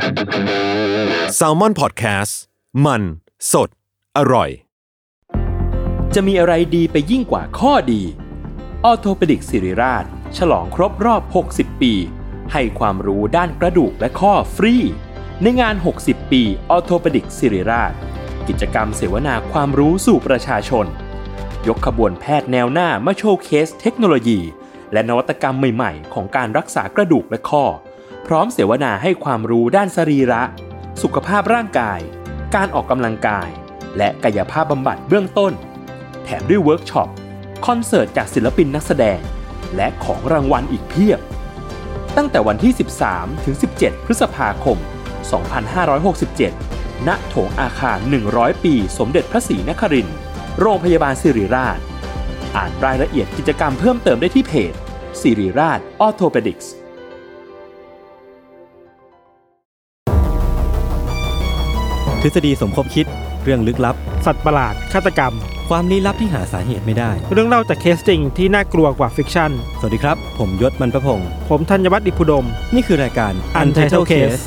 Salmon Podcast มันสดอร่อยจะมีอะไรดีไปยิ่งกว่าข้อดีออร์โธเปดิกศิริราชฉลองครบรอบ60ปีให้ความรู้ด้านกระดูกและข้อฟรีในงาน60ปีออร์โธเปดิกศิริราชกิจกรรมเสวนาความรู้สู่ประชาชนยกขบวนแพทย์แนวหน้ามาโชว์เคสเทคโนโลยีและนวัตกรรมใหม่ๆของการรักษากระดูกและข้อพร้อมเสวนาให้ความรู้ด้านสรีระสุขภาพร่างกายการออกกำลังกายและกายภาพบำบัดเบื้องต้นแถมด้วยเวิร์กช็อปคอนเสิร์ตจากศิลปินนักแสดงและของรางวัลอีกเพียบตั้งแต่วันที่ 13 ถึง 17 พฤษภาคม 2567 ณ โถงอาคาร 100 ปีสมเด็จพระศรีนครินทร์โรงพยาบาลศิริราชอ่านรายละเอียดกิจกรรมเพิ่มเติมได้ที่เพจศิริราชออร์โธเปดิกส์ทฤษฎีสมคบคิดเรื่องลึกลับสัตว์ประหลาดฆาตกรรมความลี้ลับที่หาสาเหตุไม่ได้เรื่องเล่าจากเคสจริงที่น่ากลัวกว่าฟิกชั่นสวัสดีครับผมยศมันประพงษ์ผมธัญวัฒน์อิพุดมนี่คือรายการ Untitled Case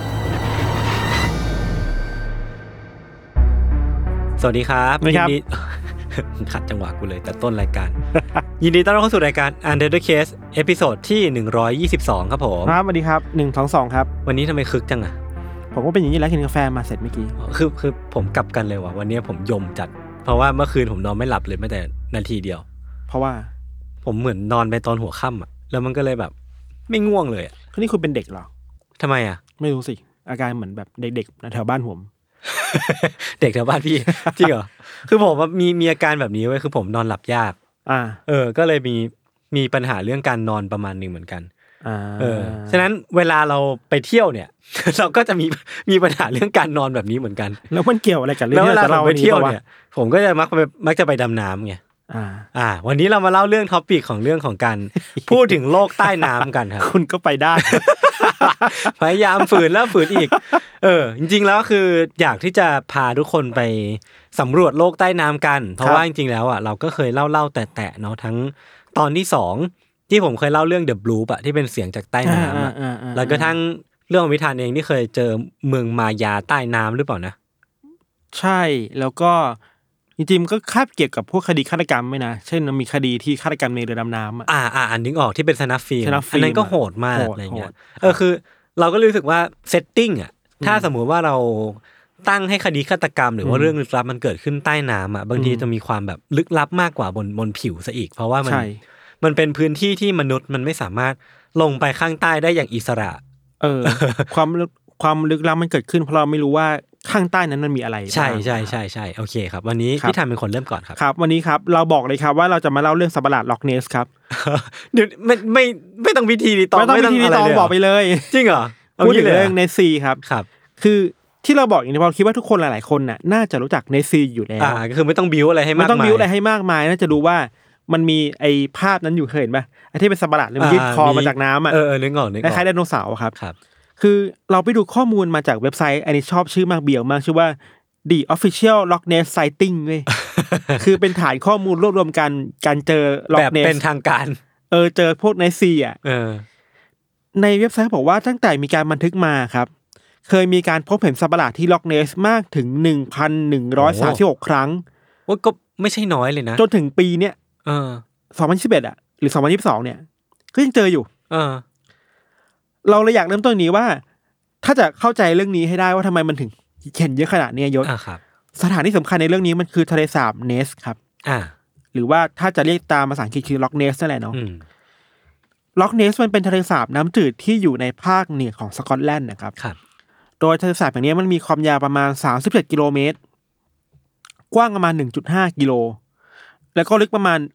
สวัสดีครับยินดีขัดจังหวะกูเลยแต่ต้นรายการ ยินดีต้อนรับเข้าสู่รายการ Untitled Case เอพิโซดที่122ครับผมครับสวัสดีครับ122ครับวันนี้ทำไมคึกจังอะผมก็เป็นอย่างนี้แล้วกินกาแฟมาเสร็จเมื่อกี้คือผมกลับกันเลยว่ะวันนี้ผมยมจัดเพราะว่าเมื่อคืนผมนอนไม่หลับเลยแม้แต่นาทีเดียวเพราะว่าผมเหมือนนอนไปตอนหัวค่ำอ่ะแล้วมันก็เลยแบบไม่ง่วงเลยอ่ะนี่คุณเป็นเด็กเหรอทำไมอ่ะไม่รู้สิอาการเหมือนแบบเด็กๆแถวบ้านผมเด็กแถวบ้านพี่ จริงเหรอคือผมมีอาการแบบนี้ไว้คือผมนอนหลับยากก็เลยมีปัญหาเรื่องการนอนประมาณนึงเหมือนกันฉะนั้นเวลาเราไปเที่ยวเนี่ย เราก็จะมีปัญหาเรื่องการนอนแบบนี้เหมือนกันแล้วมันเกี่ยวอะไรกันเรื่องที่เราไปเที่ยวเนี่ยผมก็จะมักจะไปดำน้ำไงวันนี้เรามาเล่าเรื่องท็อปิกของเรื่องของการ พูดถึงโลกใต้น้ำกันครับคุณก็ไปได้พยายามฝืนแล้วฝืนอีกจริงๆแล้วคืออยากที่จะพาทุกคนไปสำรวจโลกใต้น้ำกันเพราะว่าจริงๆแล้วอ่ะเราก็เคยเล่าแตะๆเนาะทั้งตอนที่2ที่ผมเคยเล่าเรื่อง The Bloop อ่ะที่เป็นเสียงจากใต้น้ำอ่ะแล้วก็ทั้งเรื่องวิธานเองที่เคยเจอเมืองมายาใต้น้ำหรือเปล่านะใช่แล้วก็จริงๆก็คาบเกี่ยวกับพวกคดีฆาตกรรมไหมนะเช่นมันมีคดีที่ฆาตกรรมในเรือดำน้ำอันนึกออกที่เป็นสนับฟิล์มอันนั้นก็โหดมากอะไรเงี้ยคือเราก็รู้สึกว่าเซตติ้งอ่ะถ้าสมมุติว่าเราตั้งให้คดีฆาตกรรมหรือว่าเรื่องลึกลับมันเกิดขึ้นใต้น้ำอ่ะบางทีจะมีความแบบลึกลับมากกว่าบนผิวซะอีกเพราะว่ามันเป็นพื้นที่ที่มนุษย์มันไม่สามารถลงไปข้างใต้ได้อย่างอิสระความลึกลับมันเกิดขึ้นเพราะเราไม่รู้ว่าข้างใต้นั้นมันมีอะไรใช่โอเคครับวันนี้พี่ธันเป็นคนเริ่มก่อนครับครับวันนี้ครับเราบอกเลยครับว่าเราจะมาเล่าเรื่องสัตว์ประหลาดล็อกเนสครับเดี๋ยวไม่ต้องพิธีรีตองไม่ต้องพิธีรีตองบอกไปเลยจริงเหรอพูดถึงเรื่องเนสซีครับคือที่เราบอกอย่างนี้เพราะคิดว่าทุกคนหลายๆคนน่ะน่าจะรู้จักเนสซีอยู่แล้วก็คือไม่ต้องบิ้วอะไรให้มากมายไม่ต้องบิ้วอะไรให้มากมายน่าจะรู้ว่ามันมีไอ้ภาพนั้นอยู่เคยเห็นป่ะไอ้ที่เป็นสัตว์ประหลาดมันยืดคอมาจากน้ำนึกออกคล้ายๆไดโนเสาร์ครับคือเราไปดูข้อมูลมาจากเว็บไซต์อันนี้ชอบชื่อมากเบี่ยวมากชื่อว่า The Official Loch Ness Sighting เว้ย คือเป็นฐานข้อมูลรวบรวมการเจอ Loch Ness แบบเป็นทางการเจอพวก Nessie อ่ะในเว็บไซต์บอกว่าตั้งแต่มีการบันทึกมาครับเคยมีการพบเห็นสัตว์ประหลาดที่ Loch Ness มากถึง 1,136 ครั้งว่าก็ไม่ใช่น้อยเลยนะจนถึงปีเนี้ย2021อ่ะหรือ2022เนี่ยก็ยังเจออยู่เราเลยอยากเริ่มต้นนี้ว่าถ้าจะเข้าใจเรื่องนี้ให้ได้ว่าทำไมมันถึงเห็นเยอะขนาดนี้ยศสถานที่สำคัญในเรื่องนี้มันคือทะเลสาบเนสครับหรือว่าถ้าจะเรียกตามภาษาอังกฤษคือล็อกเนสนั่นแหละเนาะล็อกเนสมันเป็นทะเลสาบน้ำจืดที่อยู่ในภาคเหนือของสกอตแลนด์นะครับโดยทะเลสาบอย่างนี้มันมีความยาวประมาณ37กิโลเมตรกว้างประมาณ 1.5 กิโลแล้วก็ลึกประมาณ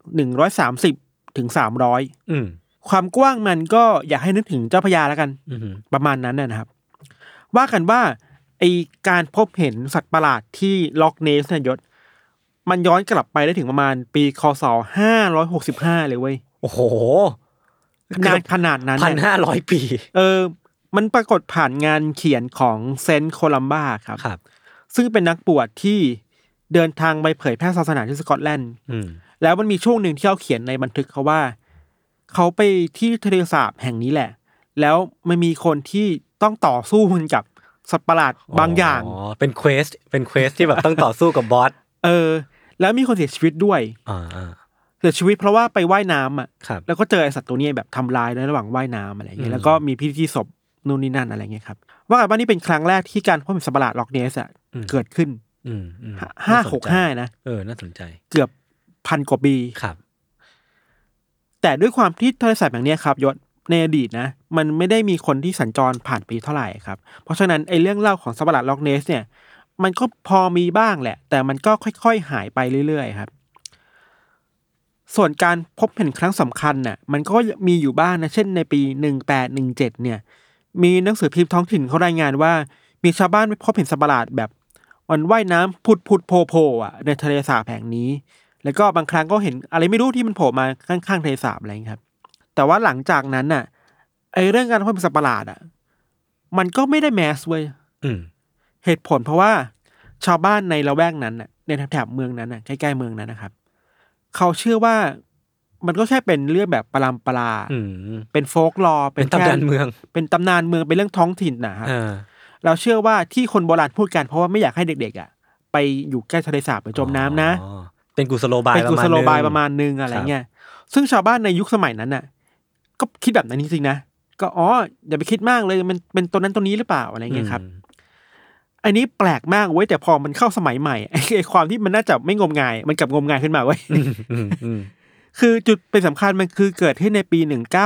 130ถึง300ความกว้างมันก็อยากให้นึกถึงเจ้าพระยาแล้วกันประมาณนั้นนะครับว่ากันว่าไอการพบเห็นสัตว์ประหลาดที่ล็อกเนสเนี่ยยศมันย้อนกลับไปได้ถึงประมาณปีค.ศ. 565เลยเว้ยโอ้โหนานขนาดนั้น 1,500 ปีมันปรากฏผ่านงานเขียนของเซนต์โคลัมบ้าครับซึ่งเป็นนักบวชที่เดินทางไปเผยแพร่ศาสนาที่สกอตแลนด์แล้วมันมีช่วงหนึ่งที่เขาเขียนในบันทึกเขาว่าเขาไปที่ทะเลสาบแห่งนี้แหละแล้วมันมีคนที่ต้องต่อสู้กับสัตว์ประหลาดบางอย่างเป็นเควสที่แบบต้องต่อสู้กับบอสแล้วมีคนเสียชีวิตด้วยเสียชีวิตเพราะว่าไปว่ายน้ำอ่ะแล้วก็เจอไอสัตว์ตัวนี้แบบทำลายในระหว่างว่ายน้ำอะไรเงี้ยแล้วก็มีพิธีศพนู่นนี่นั่นอะไรเงี้ยครับว่ากันว่านี่เป็นครั้งแรกที่การพบเห็นสัตว์ประหลาดล็อกเนสอ่ะเกิดขึ้น565นะน่าสนใจเกือบ1,000 กว่าปีครับแต่ด้วยความที่ทะเลสาบอย่างนี้ครับยศในอดีตนะมันไม่ได้มีคนที่สัญจรผ่านไปเท่าไหร่ครับเพราะฉะนั้นไอ้เรื่องเล่าของสัตว์ประหลาดล็อกเนสเนี่ยมันก็พอมีบ้างแหละแต่มันก็ค่อยๆหายไปเรื่อยๆครับส่วนการพบเห็นครั้งสำคัญน่ะมันก็มีอยู่บ้างนะเช่นในปี1817เนี่ยมีหนังสือพิมพ์ท้องถิ่นเขารายงานว่ามีชาวบ้านพบเห็นสัตว์ประหลาดแบบมันว่ายน้ำพุดโผล่อ่ะในทะเลสาบแห่งนี้แล้วก็บางครั้งก็เห็นอะไรไม่รู้ที่มันโผล่มาข้างๆทะเลสาบอะไรอย่างนี้ครับแต่ว่าหลังจากนั้นน่ะไอ้เรื่องการพบเห็นสัตว์ประหลาดอ่ะมันก็ไม่ได้แมสเว้ยเหตุผลเพราะว่าชาวบ้านในละแวกนั้นน่ะในแถบเมืองนั้นน่ะใกล้ๆเมืองนั้นนะครับเขาเชื่อว่ามันก็แค่เป็นเรื่องแบบปรำปราเป็นโฟกลอร์เป็นตำนานเมืองเป็นตำนานเมืองเป็นเรื่องท้องถิ่นนะครับเราเชื่อว่าที่คนโบราณพูดกันเพราะว่าไม่อยากให้เด็กๆอ่ะไปอยู่ใกล้ทะเลสาบหรือจมน้ำนะเป็นกุศโลบายประมาณนึงอะไรเงี้ยซึ่งชาวบ้านในยุคสมัยนั้นน่ะก็คิดแบบนั้นจริงๆนะก็อย่าไปคิดมากเลยมันเป็นตัวนั้นตัวนี้หรือเปล่าอะไรเงี้ยครับอันนี้แปลกมากเว้ยแต่พอมันเข้าสมัยใหม่ไอ้ความที่มันน่าจะไม่งมงายมันกลับงมงายขึ้นมาเว้ยคือจุดเป็นสำคัญมันคือเกิดขึ้นในปี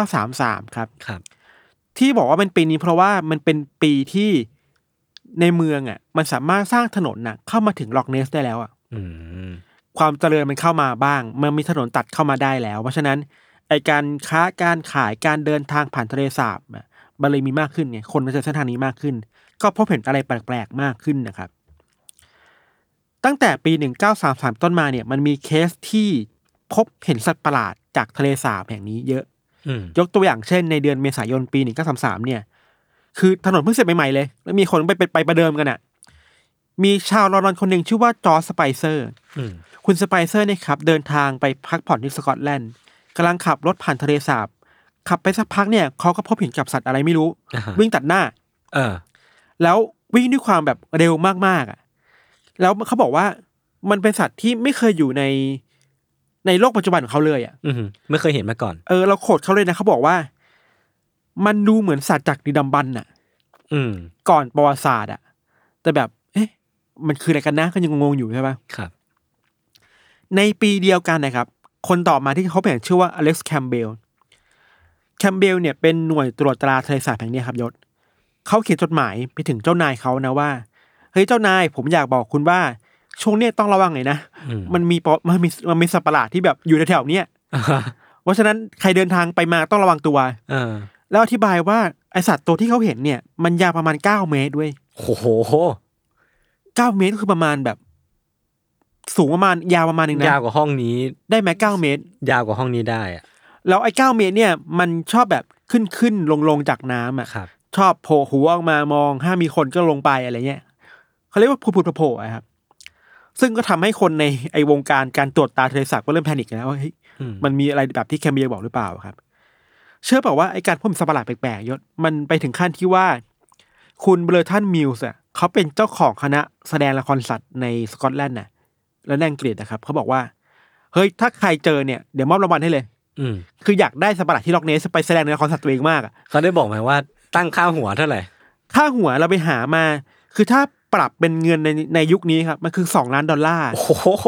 1933ครับที่บอกว่ามันปีนี้เพราะว่ามันเป็นปีที่ในเมืองอ่ะมันสามารถสร้างถนนน่ะเข้ามาถึงล็อกเนสได้แล้วอ่ะความเจริญมันเข้ามาบ้างมันมีถนนตัดเข้ามาได้แล้วเพราะฉะนั้นไอการค้าการขายการเดินทางผ่านทะเลสาบมันเลยมีมากขึ้นไงคนมาใช้เส้นทางนี้มากขึ้นก็พบเห็นอะไรแปลกๆมากขึ้นนะครับตั้งแต่ปี1933ต้นมาเนี่ยมันมีเคสที่พบเห็นสัตว์ประหลาดจากทะเลสาบแห่งนี้เยอะยกตัวอย่างเช่นในเดือนเมษายนปี1933เนี่ยคือถนนเพิ่งเสร็จใหม่ๆเลยแล้วมีคนไปประเดิมกันอ่ะมีชาวลอนดอนคนหนึ่งชื่อว่าจอร์จสไปเซอร์คุณสไปเซอร์เนี่ยครับเดินทางไปพักผ่อนที่สกอตแลนด์กำลังขับรถผ่านทะเลสาบขับไปสักพักเนี่ยเขาก็พบเห็นกับสัตว์อะไรไม่รู้วิ่งตัดหน้าแล้ววิ่งด้วยความแบบเร็วมากๆอ่ะแล้วเขาบอกว่ามันเป็นสัตว์ที่ไม่เคยอยู่ในโลกปัจจุบันของเขาเลยอ่ะไม่เคยเห็นมาก่อนเราโคตรเขาเลยนะเขาบอกว่ามันดูเหมือนสัตว์จากดึกดำบรรพ์อ่ะก่อนประวัติศาสตร์อ่ะแต่แบบมันคืออะไรกันนะก็ยังงงๆอยู่ใช่ป่ะครับในปีเดียวกันนะครับคนต่อมาที่เขาเห็นชื่อว่าอเล็กซ์แคมเบลเนี่ยเป็นหน่วยตรวจตราทะเลสาบแห่งนี้ครับยศเขาเขียนจดหมายไปถึงเจ้านายเขานะว่าเฮ้ยเจ้านายผมอยากบอกคุณว่าช่วงนี้ต้องระวังหน่อยนะมันมีสัตว์ประหลาดที่แบบอยู่แถวๆนี้เพราะฉะนั้นใครเดินทางไปมาต้องระวังตัวแล้วอธิบายว่าไอสัตว์ตัวที่เขาเห็นเนี่ยมันยาวประมาณ9 เมตรด้วยโอ้โห 9 เมตรคือประมาณแบบสูงประมาณยาวประมาณนึงนะยาวกว่าห้องนี้ได้ไหม9 เมตรยาวกว่าห้องนี้ได้อะแล้วไอ้9 เมตรเนี่ยมันชอบแบบขึ้นลงจากน้ำอ่ะชอบโผล่หัวออกมามองถ้ามีคนก็ลงไปอะไรเงี้ยเขาเรียกว่าผุดโผล่ครับ ซึ่งก็ทำให้คนในไอวงการตรวจตาทะเลสาบก็เริ่มแพนิคนะว่าเฮ้ยมันมีอะไรแบบที่แคมเบียบอกหรือเปล่าครับเชื่อเปล่าว่าไอการพบสัตว์ประหลาดแปลกๆยศมันไปถึงขั้นที่ว่าคุณเบอร์ทันมิลส์อ่ะเขาเป็นเจ้าของคณะแสดงละครสัตว์ในสกอตแลนด์น่ะและในอังกฤษนะครับเขาบอกว่าเฮ้ยถ้าใครเจอเนี่ยเดี๋ยวมอบรางวัลให้เลยคืออยากได้สัตว์ประหลาดที่ล็อกเนสไปแสดงในละครสัตว์ตัวเองมากอ่ะเขาได้บอกไหมว่าตั้งค่าหัวเท่าไหร่ค่าหัวเราไปหามาคือถ้าปรับเป็นเงินในยุคนี้ครับมันคือ$2 ล้านโอ้โห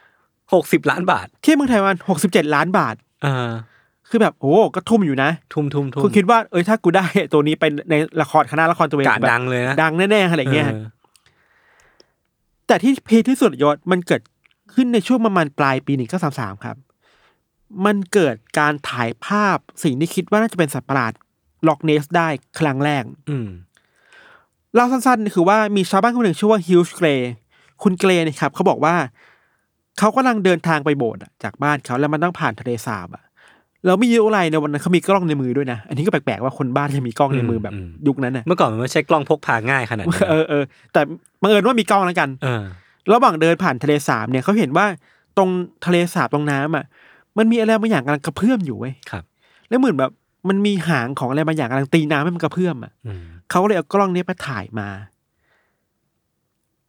60 ล้านบาทที่เมืองไทยมัน67 ล้านบาทคือแบบโอ้ก็ทุ่มอยู่นะทุ่มคุณคิดว่าถ้ากูได้ตัวนี้ไปในละครคณะละครตัวเองแบบดังเลยนะดังแน่ๆอะไรเงี้ยแต่ที่พีคที่สุดยศมันเกิดขึ้นในช่วงประมาณปลายปี1933ครับมันเกิดการถ่ายภาพสิ่งที่คิดว่าน่าจะเป็นสัตว์ประหลาดล็อกเนสได้ครั้งแรกเล่าสั้นๆคือว่ามีชาวบ้านคนหนึ่งชื่อว่าฮิลส์เกรย์คุณเกรย์นะครับเขาบอกว่าเขากำลังเดินทางไปโบสถ์จากบ้านเขาแล้วมันต้องผ่านทะเลสาบแล้วไม่รู้อะไรในวันนั้นเขามีกล้องในมือด้วยนะอันนี้ก็แปลกๆว่าคนบ้านจะมีกล้องในมือแบบยุคนั้นน่ะเมื่อก่อนมันไม่ใช่กล้องพกพาง่ายขนาดนี้แต่บังเอิญว่ามีกล้องแล้วกันระหว่างเดินผ่านทะเลสาบเนี่ยเขาเห็นว่าตรงทะเลสาบตรงน้ำมันมีอะไรบางอย่างกำลังกระเพื่อมอยู่เว้ยแล้วเหมือนแบบมันมีหางของอะไรบางอย่างกำลังตีน้ำให้มันกระเพื่อมเขาเลยเอากล้องนี้ไปถ่ายมา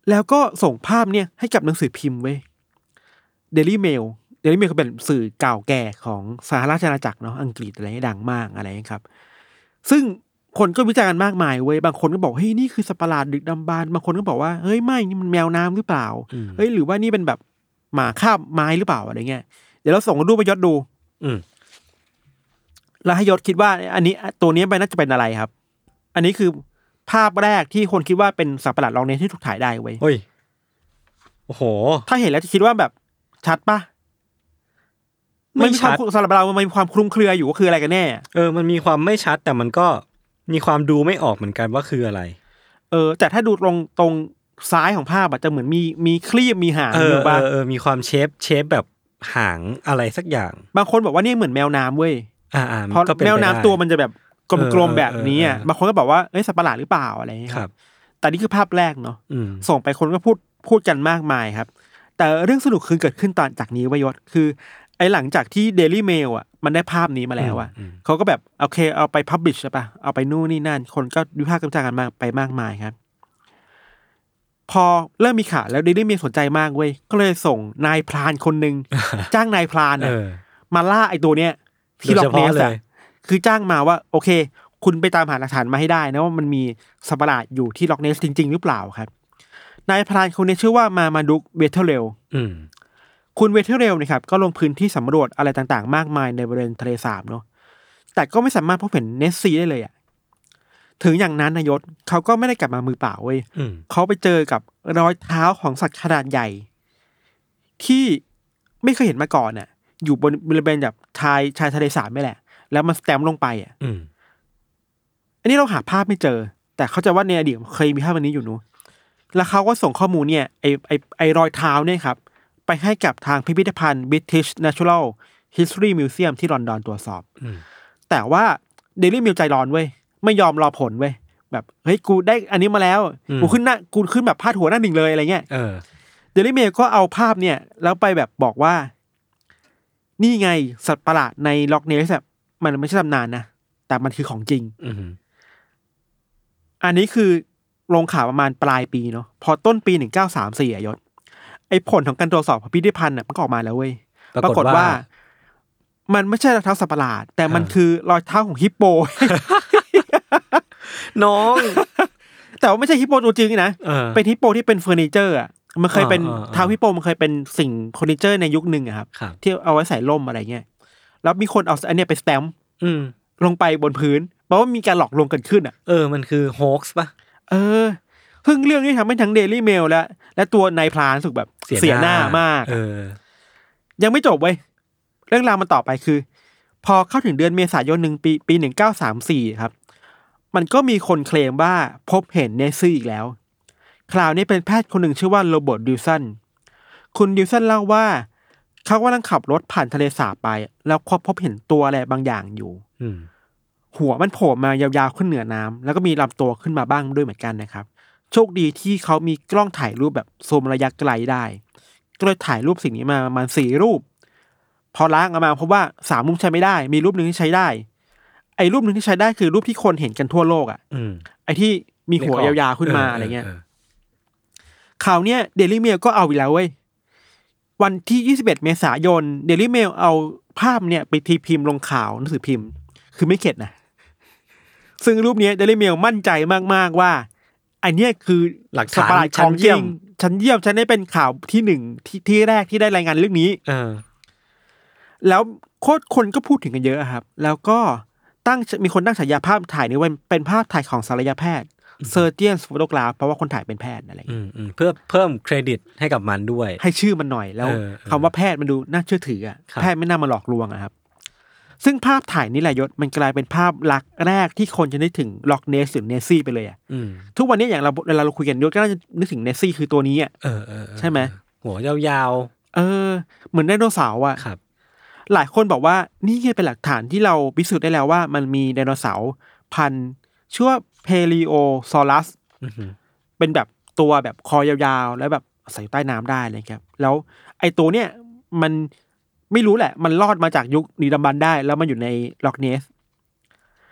แล้วก็ส่งภาพเนี่ยให้กับหนังสือพิมพ์เว้ย Daily Mailก็เป็นสื่อเก่าแก่ของสหราชอาณาจักรเนาะอังกฤษอะไรดังมากอะไรครับซึ่งคนก็วิจารณ์กันมากมายเว้ยบางคนก็บอกเฮ้ยนี่คือสัตว์ประหลาดดึกดำบรรพ์บางคนก็บอกว่าเฮ้ยไม่นี่มันแมวน้ำหรือเปล่าเฮ้ยหรือว่านี่เป็นแบบหมาคาบไม้หรือเปล่าอะไรเงี้ยเดี๋ยวเราส่งรูปไปยศดูแล้วให้ยศคิดว่าอันนี้ตัวนี้มันน่าจะเป็นอะไรครับอันนี้คือภาพแรกที่คนคิดว่าเป็นสัตว์ประหลาดลองเนสที่ถูกถ่ายได้เว้ยเฮ้ยโอ้โหถ้าเห็นแล้วจะคิดว่าแบบชัดปะไม่มีความสำหรับเรามันมีความคลุมเครืออยู่ว่าคืออะไรกันแน่มันมีความไม่ชัดแต่มันก็มีความดูไม่ออกเหมือนกันว่าคืออะไรแต่ถ้าดูตรงซ้ายของภาพจะเหมือนมีคลีบมีหางอยู่บ้างมีความเชฟแบบหางอะไรสักอย่างบางคนบอกว่านี่เหมือนแมวน้ำเว้ยเพราะแมวน้ำตัวมันจะแบบกลมๆแบบนี้บางคนก็บอกว่าสัตว์ประหลาดหรือเปล่าอะไรอย่างเงี้ยครับแต่นี่คือภาพแรกเนาะส่งไปคนก็พูดกันมากมายครับแต่เรื่องสนุกคือเกิดขึ้นตอนจากนี้วยศคือไอ้หลังจากที่ Daily Mail มันได้ภาพนี้มาแล้วเขาก็แบบโอเคเอาไป publish ใช่ป่ะเอาไปนู่นนี่นั่นคนก็วิพากษ์วิจารณ์กันไปมากมายครับพอเริ่มมีข่าวแล้ว Daily Mail สนใจมากเว้ยก็เลยส่งนายพรานคนนึง จ้างนายพรานมาล่าไอ้ตัวเนี้ยที่ล็อกเนสคือจ้างมาว่าโอเคคุณไปตามหาหลักฐานมาให้ได้นะว่ามันมีสัตว์ประหลาดอยู่ที่ล็อกเนสจริงๆหรือเปล่าครับนายพรานคนนี้ชื่อว่ามาดุกเวเทเรลคุณเวเทเรลนะครับก็ลงพื้นที่สำรวจอะไรต่างๆมากมายในบริเวณทะเลสาบเนาะแต่ก็ไม่สามารถพบเห็นเนสซีได้เลยอ่ะถึงอย่างนั้นนายศเขาก็ไม่ได้กลับมามือเปล่าเว้ยเขาไปเจอกับรอยเท้าของสัตว์ขนาดใหญ่ที่ไม่เคยเห็นมาก่อนน่ะอยู่บริเวณแบบชายทะเลสาบไม่แหละแล้วมันสแตมป์ลงไปอ่ะอันนี้เราหาภาพไม่เจอแต่เขาจะว่าในอดีตเคยมีภาพอันนี้อยู่นู้แล้วเขาก็ส่งข้อมูลเนี่ยไอรอยเท้าเนี่ยครับไปให้กับทางพิพิธภัณฑ์ British Natural History Museum ที่ลอนดอนตรวจสอบแต่ว่า Daily Mail ใจร้อนเว้ยไม่ยอมรอผลเว้ยแบบเฮ้ยกูได้อันนี้มาแล้วกูขึ้นแบบพาดหัวหน้าหนึ่งเลยอะไรเงี้ยDaily Mail ก็เอาภาพเนี่ยแล้วไปแบบบอกว่านี่ไงสัตว์ประหลาดในล็อกเนสมันไม่ใช่ตำนานนะแต่มันคือของจริงอันนี้คือลงข่าวประมาณปลายปีเนาะพอต้นปี1934ยศไอ้ผลของการตรวจสอบพิพิธภัณฑ์มันก็ออกมาแล้วเว้ยปรากฏว่ามันไม่ใช่รอยเท้าสัตว์ประหลาดแต่มันคือรอยเท้าของฮิปโปน้องแต่ว่าไม่ใช่ฮิปโปตัวจริงนะเป็นฮิปโปที่เป็นเฟอร์นิเจอร์มันเคยเป็นเท้าฮิปโปมันเคยเป็นสิ่งเฟอร์นิเจอร์ในยุคนึงครับที่เอาไว้ใส่ร่มอะไรเงี้ยแล้วมีคนเอาอันเนี้ยไปสแตมป์ลงไปบนพื้นเพราะว่ามีการหลอกลวงกันขึ้นมันคือโฮกส์ป่ะเพิ่งเรื่องนี้ทำให้ทั้ง Daily Mail และตัวนายพรานรู้สึกแบบเสียหน้ามากยังไม่จบเว้ยเรื่องราวมันต่อไปคือพอเข้าถึงเดือนเมษายนปี1934ครับมันก็มีคนเคลมว่าพบเห็นเนสซี่อีกแล้วคราวนี้เป็นแพทย์คนหนึ่งชื่อว่าโรเบิร์ตดิวสันคุณดิวสันเล่าว่าเขากำลังขับรถผ่านทะเลสาบไปแล้วพบเห็นตัวอะไรบางอย่างอยู่หัวมันโผล่มายาวๆขึ้นเหนือน้ำแล้วก็มีลำตัวขึ้นมาบ้างด้วยเหมือนกันนะครับโชคดีที่เขามีกล้องถ่ายรูปแบบซูมระยะไกลได้ก็เลยถ่ายรูปสิ่งนี้มาประมาณ4 รูปพอล้างออกมาพบว่า3 รูปใช้ไม่ได้มีรูปนึงที่ใช้ได้ไอ้รูปนึงที่ใช้ได้คือรูปที่คนเห็นกันทั่วโลกไอ้ที่มีหัวยาวๆขึ้นมาอะไรเงี้ยข่าวเนี้ย Daily Mail ก็เอาอีกแล้วเว้ยวันที่21 เมษายน Daily Mail เอาภาพเนี่ยไปตีพิมพ์ลงข่าวหนังสือพิมพ์คือไม่เข็ดนะซึ่งรูปนี้ Daily Mail มั่นใจมากๆว่าอันนี้คือหลักฐานชั้นเยี่ยมฉันได้เป็นข่าวที่1ที่แรกที่ได้รายงานเรื่องนี้แล้วคนก็พูดถึงกันเยอะครับแล้วก็มีคนตั้งฉายาภาพถ่ายนี้เป็นภาพถ่ายของศัลยแพทย์เซอร์เจียนโฟโตกราฟเพราะว่าคนถ่ายเป็นแพทย์อะไรเพื่อเพิ่มเครดิตให้กับมันด้วยให้ชื่อมันหน่อยแล้วคำว่าแพทย์มันดูน่าเชื่อถือแพทย์ไม่น่ามาหลอกลวงครับซึ่งภาพถ่ายนี้แหละยศมันกลายเป็นภาพลักษณ์แรกที่คนจะนึกถึงล็อกเนสหรือเนสซี่ไปเลยทุกวันนี้อย่างเวลาเราคุยกันยศก็น่าจะนึกถึงเนสซี่คือตัวนี้ใช่ไหมหัวยาวๆเหมือนไดโนเสาร์หลายคนบอกว่านี่เป็นหลักฐานที่เราพิสูจน์ได้แล้วว่ามันมีไดโนเสาร์พันธุ์ชื่อว่าเพลิโอซอรัสเป็นแบบตัวแบบคอยาวๆแล้วแบบใส่ใต้น้ำได้อะไรครับแล้วไอ้ตัวเนี้ยมันไม่รู้แหละมันรอดมาจากยุคดึกดำบรรพ์ได้แล้วมันอยู่ในล็อกเนส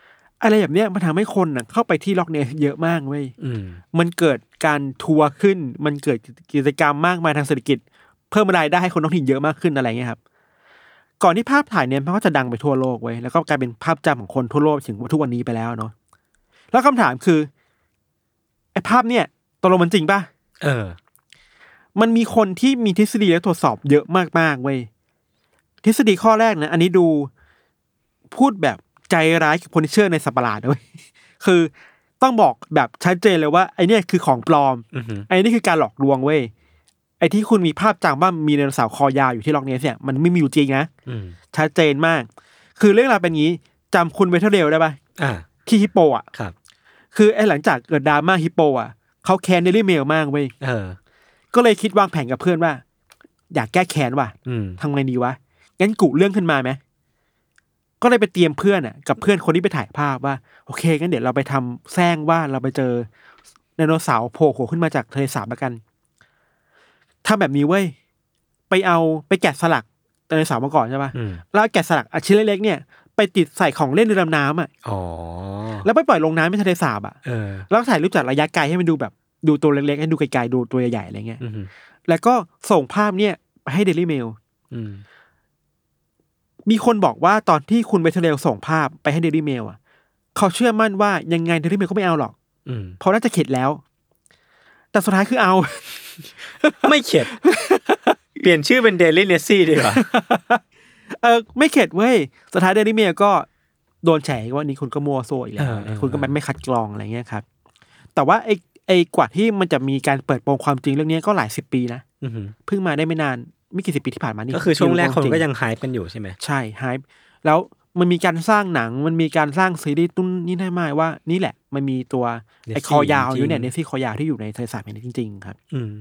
อะไรแบบเนี้ยมันทำให้คนน่ะเข้าไปที่ล็อกเนสเยอะมากเว้ย มันเกิดการทัวร์ขึ้นมันเกิดกิจกรรมมากมายทางเศรษฐกิจเพิ่มรายได้ให้คนท้องถิ่นเยอะมากขึ้นอะไรเงี้ยครับก่อนที่ภาพถ่ายเนี่ยมันก็จะดังไปทั่วโลกเว้ยแล้วก็กลายเป็นภาพจำของคนทั่วโลกถึงทุกวันนี้ไปแล้วเนาะแล้วคำถามคือไอ้ภาพเนี่ยตกลงมันจริงป่ะมันมีคนที่มีทฤษฎีและตรวจสอบเยอะมากๆเว้ยทฤษฎีข้อแรกนะอันนี้ดูพูดแบบใจร้ายกับคนที่เชื่อในสัตว์ประหลาดด้วย คือต้องบอกแบบชัดเจนเลยว่าไอ้นี่คือของปลอมไอ้นี่คือการหลอกลวงเว้ยไอ้ที่คุณมีภาพจำว่ามีไดโนเสาร์คอยาวอยู่ที่ล็อกเนสเนี่ยมันไม่มีอยู่จริงนะชัดเจนมากคือเรื่องราวเป็นงี้จำคุณเวเทอร์เดลได้ป่ะที่ฮิปโปอ่ะคือไอ้หลังจากเกิดดราม่าฮิปโปอ่ะเขาแค้นเดลี่เมลมากเว้ยก็เลยคิดวางแผนกับเพื่อนว่าอยากแก้แค้นว่ะทำไงดีวะงั้นกุเรื่องขึ้นมาไหมก็เลยไปเตรียมเพื่อนอ่ะกับเพื่อนคนที่ไปถ่ายภาพว่าโอเคงั้นเดี๋ยวเราไปทำแซงว่าเราไปเจอไดโนเสาร์โผล่หัวขึ้นมาจากทะเลสาบแล้วกันทำแบบนี้เว้ยไปแกะสลักไดโนเสาร์มาก่อนใช่ป่ะแล้วแกะสลักชิ้นเล็กๆเนี่ยไปติดใส่ของเล่นในลำน้ำอ่ะแล้วไปปล่อยลงน้ำในทะเลสาบอ่ะแล้วถ่ายรูปจากระยะไกลให้มันดูแบบดูตัวเล็กๆให้ดูไกลๆดูตัวใหญ่ๆอะไรเงี้ยแล้วก็ส่งภาพเนี่ยไปให้เดลี่เมลมีคนบอกว่าตอนที่คุณเวเทอร์เดลส่งภาพไปให้เดลี่เมลอ่ะเขาเชื่อมั่นว่ายังไงเดลี่เมลก็ไม่เอาหรอกเพราะน่าจะเข็ดแล้วแต่สุดท้ายคือเอาไม่เข็ด เปลี่ยนชื่อเป็นเดลี่เนสซี่ดีกว่าไม่เข็ดเว้ยสุดท้ายเดลี่เมลก็โดนแฉว่านี่คุณก็มัวโซ่อีกแล้วคุณก็ไม่คัดกรองอะไรเงี้ยครับแต่ว่าไอ้กว่าที่มันจะมีการเปิดโปงความจริงเรื่องนี้ก็หลายสิบปีนะเพิ่งมาได้ไม่นานไม่กี่สิบปีที่ผ่านมานี่ก็คือช่วงแรกคนก็ยังไฮป์กันอยู่ใช่ไหมใช่ไฮป์แล้วมันมีการสร้างหนังมันมีการสร้างซีรีส์ตุ้นนี่ได้มาว่านี่แหละมันมีตัวไอ้คอยาวอยู่เนี่ยเนซี่คอยาวที่อยู่ในทะเลสาบแห่งนี้จริงๆครับ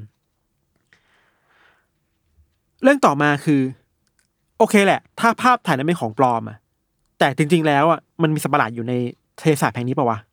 เรื่องต่อมาคือโอเคแหละถ้าภาพถ่ายนั้นเป็นของปลอมอ่ะแต่จริงๆแล้วอ่ะมันมีสัตว์ประหลาดอยู่ในทะเลสาบแห่งนี้ป่าววะ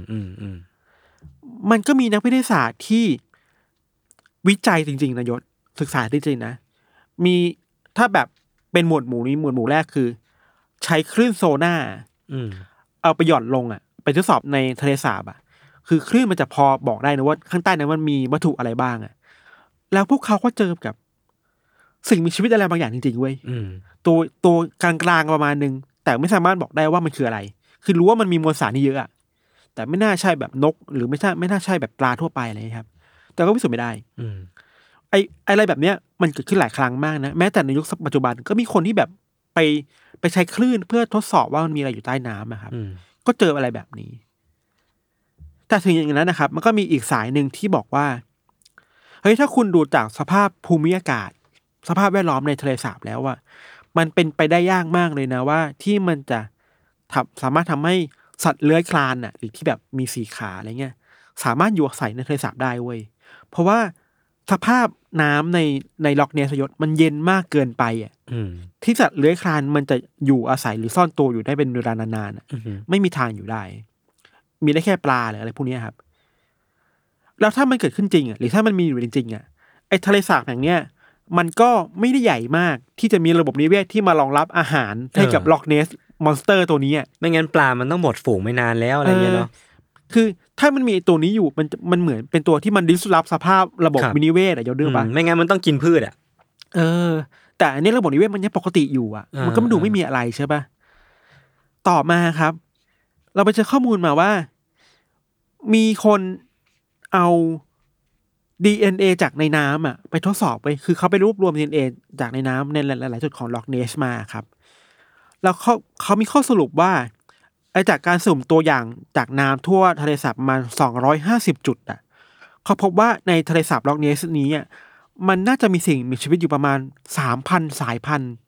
มันก็มีนักวิทยาศาสตร์ที่วิจัยจริงๆนะยศศึกษาจริงๆนะมีถ้าแบบเป็นหมวดหมู่แรกคือใช้คลื่นโซน่าเอาไปหย่อนลงอ่ะไปทดสอบในทะเลสาบอ่ะคือคลื่นมันจะพอบอกได้นะว่าข้างใต้นั้นมันมีวัตถุอะไรบ้างอ่ะแล้วพวกเขาก็เจอกับสิ่งมีชีวิตอะไรบางอย่างจริงๆเว้ยตัวกลางๆประมาณนึงแต่ไม่สามารถบอกได้ว่ามันคืออะไรคือรู้ว่ามันมีมวลสารที่เยอะอ่ะแต่ไม่น่าใช่แบบนกหรือไม่น่าใช่แบบปลาทั่วไปอะไรครับแต่ก็พิสูจน์ไม่ได้อะไรแบบเนี้ยมันเกิดขึ้นหลายครั้งมากนะแม้แต่ในยุคปัจจุบันก็มีคนที่แบบไปใช้คลื่นเพื่อทดสอบว่ามันมีอะไรอยู่ใต้น้ำนะครับก็เจออะไรแบบนี้แต่ถึงอย่างนั้นนะครับมันก็มีอีกสายหนึ่งที่บอกว่าเฮ้ยถ้าคุณดูจากสภาพภูมิอากาศสภาพแวดล้อมในทะเลสาบแล้วว่ามันเป็นไปได้ยากมากเลยนะว่าที่มันจะสามารถทำให้สัตว์เลื้อยคลานน่ะหรือที่แบบมีสี่ขาอะไรเงี้ยสามารถอยู่อาศัยในทะเลสาบได้เว้ยเพราะว่าสภาพน้ำในล็อกเนสยศมันเย็นมากเกินไปอ่ะที่สัตว์เลื้อยคลานมันจะอยู่อาศัยหรือซ่อนตัวอยู่ได้เป็นเวลานานๆไม่มีทางอยู่ได้มีได้แค่ปลาหรืออะไรพวกนี้ครับแล้วถ้ามันเกิดขึ้นจริงอ่ะหรือถ้ามันมีอยู่จริงๆอ่ะไอ้ทะเลสาบแห่งเนี้ยมันก็ไม่ได้ใหญ่มากที่จะมีระบบนิเวศที่มารองรับอาหารให้กับล็อกเนสมอนสเตอร์ตัวนี้อ่ะไม่งั้นปลามันต้องหมดฝูงไม่นานแล้วอะไรเงี้ยเนาะคือถ้ามันมีตัวนี้อยู่มันเหมือนเป็นตัวที่มันดิสรับสภาพระบบนิเวศอ่ะยศเรื่องป่ะไม่งั้นมันต้องกินพืชอ่ะแต่อันนี้ระบบนิเวศมันยังปกติอยู่อ่ะมันก็ไม่ดูไม่มีอะไรใช่ป่ะต่อมาครับเราไปเจอข้อมูลมาว่ามีคนเอา DNA จากในน้ำอ่ะไปทดสอบไปคือเขาไปรวบรวม DNA จากในน้ำในหลายๆจุดของล็อกเนสมาครับแล้วเขามีข้อสรุปว่าจากการสุ่มตัวอย่างจากน้ำทั่วทะเลสาบประมาณ250จุดอ่ะเขาพบว่าในทะเลสาบล็อกเนสนี้อ่ะมันน่าจะมีสิ่งมีชีวิตอยู่ประมาณ 3,000 สายพันธุ์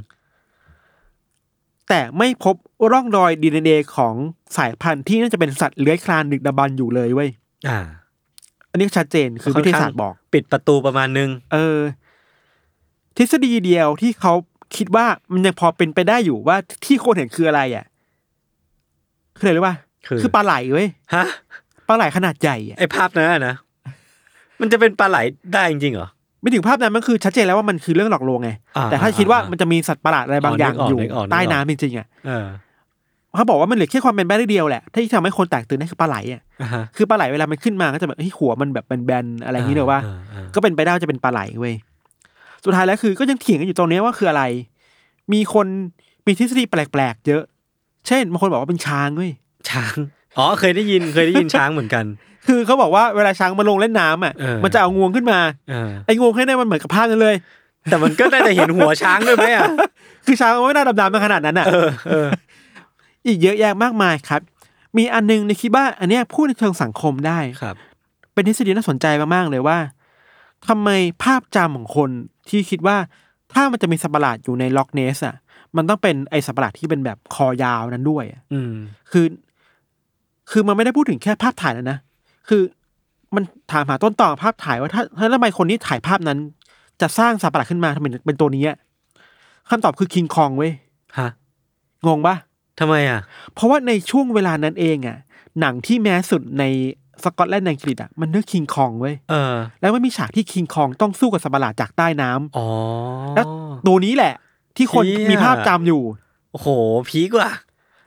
แต่ไม่พบร่องรอย DNA ของสายพันธุ์ที่น่าจะเป็นสัตว์เลื้อยคลานดึกดำบรรพ์อยู่เลยเว้ยอันนี้ชัดเจนคือวิทยาศาสตร์บอกปิดประตูประมาณนึงทฤษฎีเดียวที่เขาคิดว่ามันยังพอเป็นไปได้อยู่ว่าที่คนเห็นคืออะไรอ่ะคืออะไรรู้ป่ะคือปลาไหลเว้ยฮะปลาไหลขนาดใหญ่ไอ้ภาพนั้นนะมันจะเป็นปลาไหลได้จริงๆเหรอไม่ถึงภาพนั้นมันคือชัดเจนแล้วว่ามันคือเรื่องหลอกลวงไงแต่ถ้าคิดว่ามันจะมีสัตว์ประหลาดอะไรบางอย่างอยู่ใต้น้ำจริงๆอ่ะเขาบอกว่ามันเหลือแค่ความเป็นไปได้เดียวแหละที่ทำให้คนแตกตื่นได้คือปลาไหลอ่ะคือปลาไหลเวลามันขึ้นมาก็จะแบบหัวมันแบบแบนๆอะไรอย่างนี้เนอะว่าก็เป็นไปได้จะเป็นปลาไหลเว้ยสุดท้ายแล้วคือก็ยังเถียงกันอยู่ตรงนี้ว่าคืออะไรมีคนมีทฤษฎีแปลกๆเยอะเช่นบางคนบอกว่าเป็นช้างเว้ยช้างอ๋อเคยได้ยินช้างเหมือนกันคือเขาบอกว่าเวลาช้างมาลงเล่นน้ำอ่ะมันจะเอางวงขึ้นมาไอ้งวงให้ได้มันเหมือนกับภาพนั้นเลยแต่มันก็ได้แต่เห็นหัวช้างด้วยไหมอ่ะคือช้างมันไม่น่าดำๆมาขนาดนั้นอ่ะอีกเยอะแยะมากมายครับมีอันนึงในคิดว่าอันเนี้ยพูดในเชิงสังคมได้ครับเป็นทฤษฎีน่าสนใจมากๆเลยว่าทำไมภาพจำของคนที่คิดว่าถ้ามันจะมีสัตว์ประหลาดอยู่ในล็อกเนสอ่ะมันต้องเป็นไอสัตว์ประหลาดที่เป็นแบบคอยาวนั้นด้วยคือมันไม่ได้พูดถึงแค่ภาพถ่ายแล้วนะคือมันถามหาต้นตอภาพถ่ายว่าถ้าทำไมคนที่ถ่ายภาพนั้นจะสร้างสัตว์ประหลาดขึ้นมาทำไมเป็นตัวนี้คำตอบคือคิงคองเว้ยฮะงงปะทำไมอ่ะเพราะว่าในช่วงเวลานั้นเองอ่ะหนังที่แมสสุดในสกอตแลนด์อังกฤษอ่ะมันเรื่องคิงคองเว้ยแล้วมันมีฉากที่คิงคองต้องสู้กับสัตว์ประหลาดจากใต้น้ำแล้วตัวนี้แหละที่คนมีภาพจำอยู่โอ้โหพีกว่ะ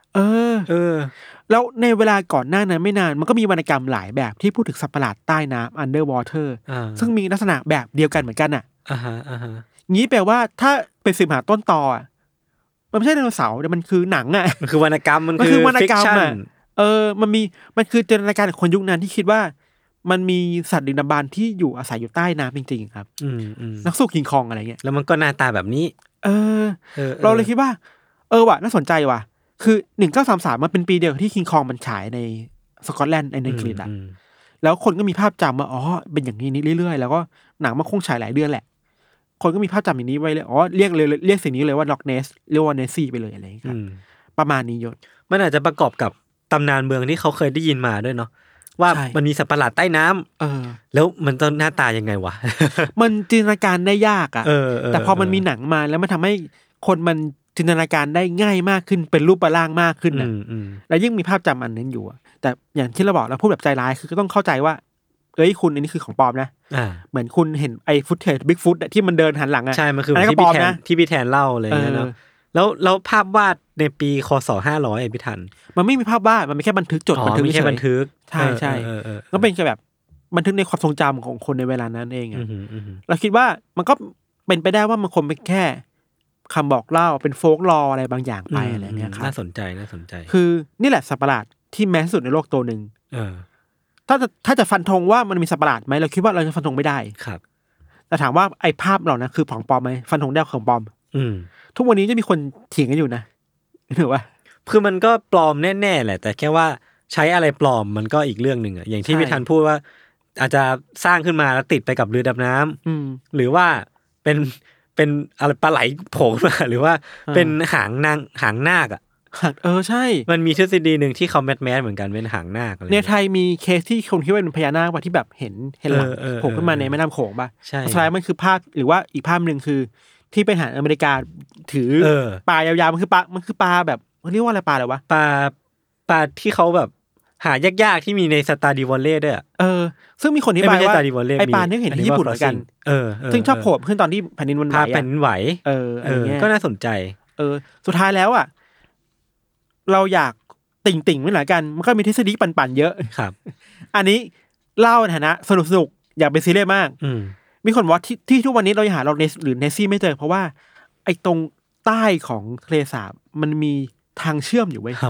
แล้วในเวลาก่อนหน้านั้นไม่นานมันก็มีวรรณกรรมหลายแบบที่พูดถึงสัตว์ประหลาดใต้น้ำ underwater ซึ่งมีลักษณะแบบเดียวกันเหมือนกันอ่ะงี้แปลว่าถ้าเป็นสืบหาต้นตอมันไม่ใช่ไดโนเสาร์แต่มันคือหนังอ่ะมันคือวรรณกรรมมันคือวรรณกรรมอ่ะมันคือจินตนาการของคนยุคนั้นที่คิดว่ามันมีสัตว์ดึกดำบรรพ์ที่อยู่อาศัยอยู่ใต้น้ำจริงๆครับนักสู้คิงคองอะไรเงี้ยแล้วมันก็หน้าตาแบบนี้เราเลยคิดว่าว่ะน่าสนใจว่ะคือ1933มันเป็นปีเดียวที่คิงคองมันฉายในสกอตแลนด์ในอังกฤษอ่ะแล้วคนก็มีภาพจำว่าอ๋อเป็นอย่างนี้เรื่อยๆแล้วก็หนังมันคงฉายหลายเดือนแหละคนก็มีภาพจำอย่างนี้ไว้เลยเรียกสิ่งนี้เลยว่าล็อกเนสเรียกว่าเนสซี่ไปเลยอะไรอย่างเงี้ยประมาณนี้ยศมันอาจจะประกอบกับตำนานเมืองที่เขาเคยได้ยินมาด้วยเนาะว่ามันมีสัตว์ประหลาดใต้น้ำแล้วมันต้องหน้าตายังไงวะมันจินตนาการได้ยากอ่ะแต่พอมันมีหนังมาแล้วมันทำให้คนมันจินตนาการได้ง่ายมากขึ้นเป็นรูปร่างมากขึ้นอ่ะแล้วยิ่งมีภาพจำอันนั้นอยู่แต่อย่างที่เราบอกเราพูดแบบใจร้ายคือก็ต้องเข้าใจว่าคุณอันนี้คือของปลอมนะเหมือนคุณเห็นไอ้ฟุตเทจบิ๊กฟุตที่มันเดินหันหลังอ่ะใช่มันคือที่พี่แทนเล่าเลยเนาะแล้วภาพวาดในปีคศ500พี่ทันมันไม่มีภาพวาดมันมีแค่บันทึกจดบันทึกแค่บันทึกใช่ก็เป็นแค่แบบบันทึกในความทรงจำของคนในเวลานั้นเองอ่ะเราคิดว่ามันก็เป็นไปได้ว่ามันคงเป็นแค่คำบอกเล่าเป็นโฟกลออะไรบางอย่างไปอะไรเงี้ยครับน่าสนใจคือนี่แหละสัตว์ประหลาดที่แมสสุดในโลกตัวนึงถ้าจะฟันธงว่ามันมีสัตว์ประหลาดไหมเราคิดว่าเราจะฟันธงไม่ได้ครับแต่ถามว่าไอ้ภาพเหล่านั้นคือของปลอมไหมฟันธงได้ของปลอมทุกวันนี้จะมีคนเถียงกันอยู่นะถือว่าคือมันก็ปลอมแน่ๆแหละแต่แค่ว่าใช้อะไรปลอมมันก็อีกเรื่องหนึ่งอ่ะอย่างที่พี่ทันพูดว่าอาจจะสร้างขึ้นมาแล้วติดไปกับเรือดำน้ำหรือว่าเป็นอะไรปลาไหลโผล่มาหรือว่าเป็นหางนาคอ่ะใช่มันมีทฤษฎีหนึ่งที่เขาแมสเหมือนกันเป็นหางนาคอะไรในไทยมีเคสที่คนคิดว่าเป็นพญานาคป่ะที่แบบเห็นหลังโผล่ขึ้นมาในแม่น้ำโขงป่ะใช่สุดท้ายมันคือภาพหรือว่าอีกภาพนึงคือที่เป็นทหารอเมริกาถือปลายาวๆมันคือปลาแบบเรียกว่าอะไรปลาอะไรวะปลาที่เขาแบบหายากๆที่มีในสตาร์ดิวอลเล่ด้วยซึ่งมีคนที่บายว่าไอ้ปลาเนี่ยเห็นที่ญี่ปุ่นเหมือนกันซึ่งชอบโผล่ขึ้นตอนที่แผ่นดินไหวแผ่นดินไหวอะไรเงี้ยก็น่าสนใจสุดท้ายแล้วอ่ะเราอยากติ่งๆไว้หน่อยกันมันก็มีทฤษฎีปั่นๆเยอะครับอันนี้เล่าในฐานะสนุกอยากเป็นซีเรียสมากมีคนว่าที่ทุกวันนี้เราหาล็อกเนสหรือเนสซี่ไม่เจอเพราะว่าไอ้ตรงใต้ของทะเลสาบมันมีทางเชื่อมอยู่ไว้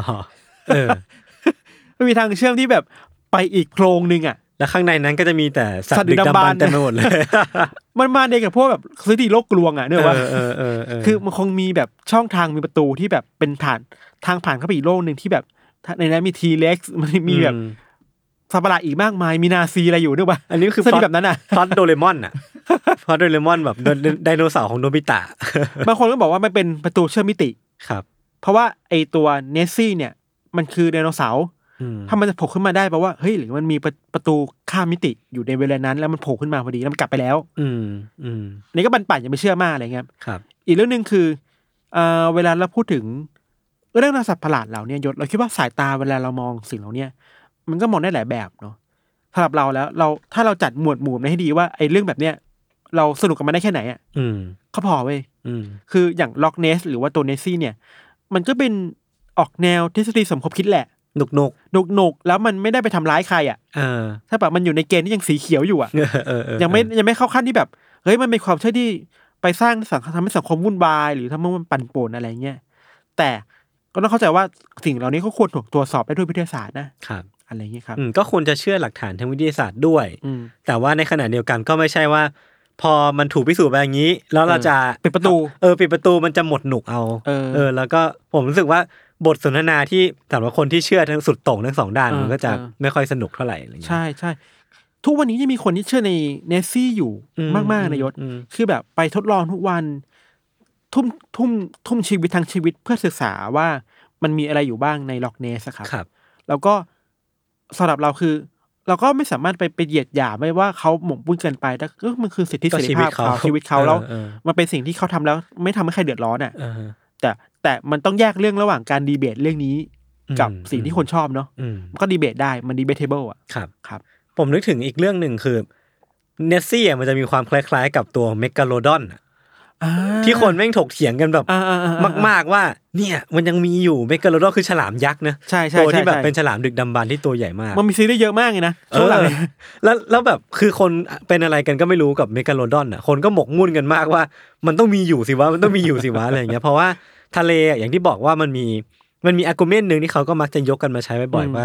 มันมีทางเชื่อมที่แบบไปอีกโพรงนึงอ่ะแล้วข้างในนั้นก็จะมีแต่สัตว์ดึกดำบรรพ์เต็มไปหมดเลยมันมาเด็กกับพวกแบบซื้อดีโลกกลวงอ่ะเนอะว่าคือมันคงมีแบบช่องทางมีประตูที่แบบเป็นทางผ่านเข้าไปอีกโลกนึงที่แบบในนั้นมีทีเล็กซ์มันมีแบบสัตว์ประหลาดอีกมากมายมีนาซีอะไรอยู่ด้วยป่ะอันนี้คือแบบนั้นอ่ะพล็อตโดเรมอนอ่ะพล็อตโดเรมอนแบบไดโนเสาร์ของโนบิตะบางคนก็บอกว่ามันเป็นประตูเชื่อมมิติครับเพราะว่าไอตัวเนสซี่เนี่ยมันคือไดโนเสาร์ถ้ามันจะโผล่ขึ้นมาได้แปลว่าเฮ้ยหรือมันมีประตูข้ามมิติอยู่ในเวลานั้นแล้วมันโผล่ขึ้นมาพอดีแล้วมันกลับไปแล้วนี่ก็ปั่นอย่าไปเชื่อมากอะไรเงี้ยครับอีกเรื่องนึงคือเวลาเราพูดถึงเรื่องสัตว์ประหลาดเหล่านี้ยศเราคิดว่าสายตาเวลาเรามองสิ่งเหล่านี้มันก็มองได้หลายแบบเนาะสำหรับเราแล้วถ้าเราจัดหมวดหมู่ให้ดีว่าไอ้เรื่องแบบเนี้ยเราสนุกกับมันได้แค่ไหนอ่ะก็พอเว้ยคืออย่างล็อกเนสหรือว่าตัวเนสซี่เนี่ยมันก็เป็นออกแนวทฤษฎีสมคบคิดแหละหนุกแล้วมันไม่ได้ไปทำร้ายใครอ่ะถ้าแบบมันอยู่ในเกณฑ์ที่ยังสีเขียวอยู่อ่ะยังไม่เข้าขั้นที่แบบเฮ้ยมันเป็นความเชื่อที่ไปสร้างทำให้สังคมวุ่นวายหรือทำให้มันปั่นป่วนอะไรเงี้ยแต่ก็ต้องเข้าใจว่าสิ่งเหล่านี้เขาควรถูกตรวจสอบได้ด้วยวิทยาศาสตร์นะครับอะไรเงี้ยครับก็ควรจะเชื่อหลักฐานทางวิทยาศาสตร์ด้วยแต่ว่าในขณะเดียวกันก็ไม่ใช่ว่าพอมันถูกพิสูจน์ไปอย่างนี้แล้วเราจะปิดประตูมันจะหมดหนุกเอาแล้วก็ผมรู้สึกว่าบทสนทนาที่สำหรับคนที่เชื่อทั้งสุดโต่งทั้งสองด้านมันก็จะไม่ค่อยสนุกเท่าไหร่อะไรเงี้ยใช่ทุกวันนี้ยังมีคนที่เชื่อในเนสซี่อยู่มากๆนะยศคือแบบไปทดลองทุกวันทุ่มชีวิตทั้งชีวิตเพื่อศึกษาว่ามันมีอะไรอยู่บ้างในล็อกเนสครับแล้วก็สำหรับเราคือเราก็ไม่สามารถไปเหยียดหยามไม่ว่าเขาหมกมุ่นเกินไปแต่ก็มันคือสิทธิเสรีภาพเขาชีวิตเขาแล้วมันเป็นสิ่งที่เขาทำแล้วไม่ทำให้ใครเดือดร้อนอ่ะแต่มันต้องแยกเรื่องระหว่างการดีเบตเรื่องนี้กับสิ่งที่คนชอบเนาะก็ดีเบตได้มันดีเบตเทเบิลอ่ะครับผมนึกถึงอีกเรื่องหนึ่งคือเนสซี่มันจะมีความคล้ายๆกับตัวเมกาโลดอนที่คนแม่งถกเถียงกันแบบมากๆว่าเนี่ยมันยังมีอยู่เมกาโลดอนคือฉลามยักษ์นะตัวที่แบบเป็นฉลามดึกดำบรรพ์ที่ตัวใหญ่มากมันมีซีรีส์เยอะมากเลยนะช่วงหลังแล้วแบบคือคนเป็นอะไรกันก็ไม่รู้กับเมกาโลดอนอ่ะคนก็หมกมุ่นกันมากว่ามันต้องมีอยู่สิวะมันต้องมีอยู่สิวะอะไรอย่างเงี้ยเพราะว่าทะเลอย่างที่บอกว่ามันมีอาร์กิวเมนต์นึงที่เขาก็มักจะยกกันมาใช้บ่อยๆว่า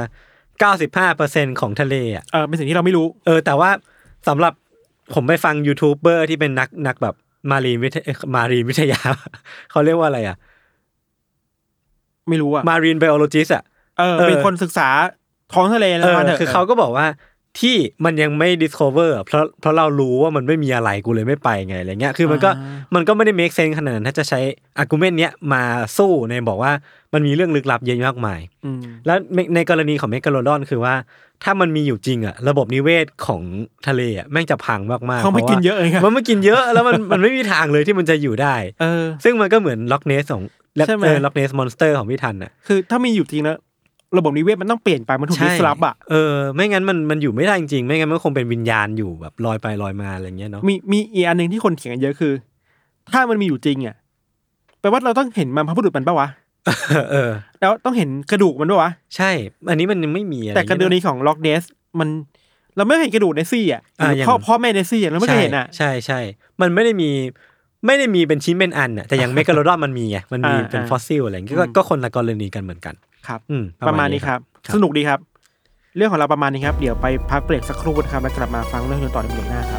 95% ของทะเลอ่ะเป็นสิ่งที่เราไม่รู้แต่ว่าสำหรับผมไปฟังยูทูบเบอร์ที่เป็นนักแบบมารีนวิทยาเขาเรียกว่าอะไรอ่ะไม่รู้อ่ะมารีนไบโอโลจิสต์อ่ะเป็นคนศึกษาท้องทะเลแล้วคือเขาก็บอกว่าที่มันยังไม่ discover เพราะเรารู้ว่ามันไม่มีอะไรกูเลยไม่ไปไงอะไรเงี้ยคือมันก็ไม่ได้ make sense ขนาดนั้นถ้าจะใช้ argument เนี้ยมาสู้ในบอกว่ามันมีเรื่องลึกลับเยอะมากมายแล้วในกรณีของเมกาโลดอนคือว่าถ้ามันมีอยู่จริงอ่ะระบบนิเวศของทะเลอ่ะแม่งจะพังมากๆเขาไม่กินเยอะเลยครับมันไม่กินเยอะแล้วมันไม่มีทางเลยที่มันจะอยู่ได้ซึ่งมันก็เหมือนล็อกเนสของล็อกเนสมอนสเตอร์ของพี่ทันอ่ะคือถ้ามีอยู่จริงแล้วระบบนิเวศมันต้องเปลี่ยนไปมันถูกดิสรับอ่ะไม่งั้นมันอยู่ไม่ได้จริงๆไม่งั้นมันคงเป็นวิญญาณอยู่แบบลอยไปลอยมาอะไรเงี้ยเนาะมีอีกอันนึงที่คนเถียงกันเยอะคือถ้ามันมีอยู่จริงอ่ะแปลว่าเราต้องเห็นมันพระบุรุษมันป่ะวะแล้วต้องเห็นกระดูกมันป่ะวะใช่อันนี้มันยังไม่มีอะไรแต่กรณีของล็อกเนสมันเราไม่เห็นกระดูกเนสซี่อ่ะพ่อแม่เนสซี่เราไม่เคยเห็นอ่ะใช่มันไม่ได้มีเป็นชิ้นเป็นอันอ่ะแต่อย่างเมกาโลดอนมันมีไงมันมีเป็นฟอสซิลอะไรอย่างเงี้ยก็คนละกรณีกันเหมือนกันครับประมาณนี้ครับสนุกดีครับเรื่องของเราประมาณนี้ครับเดี๋ยวไปพักเบรกสักครู่นะครับแล้วกลับมาฟังเรื่องต่อในเบรกหน้าครับ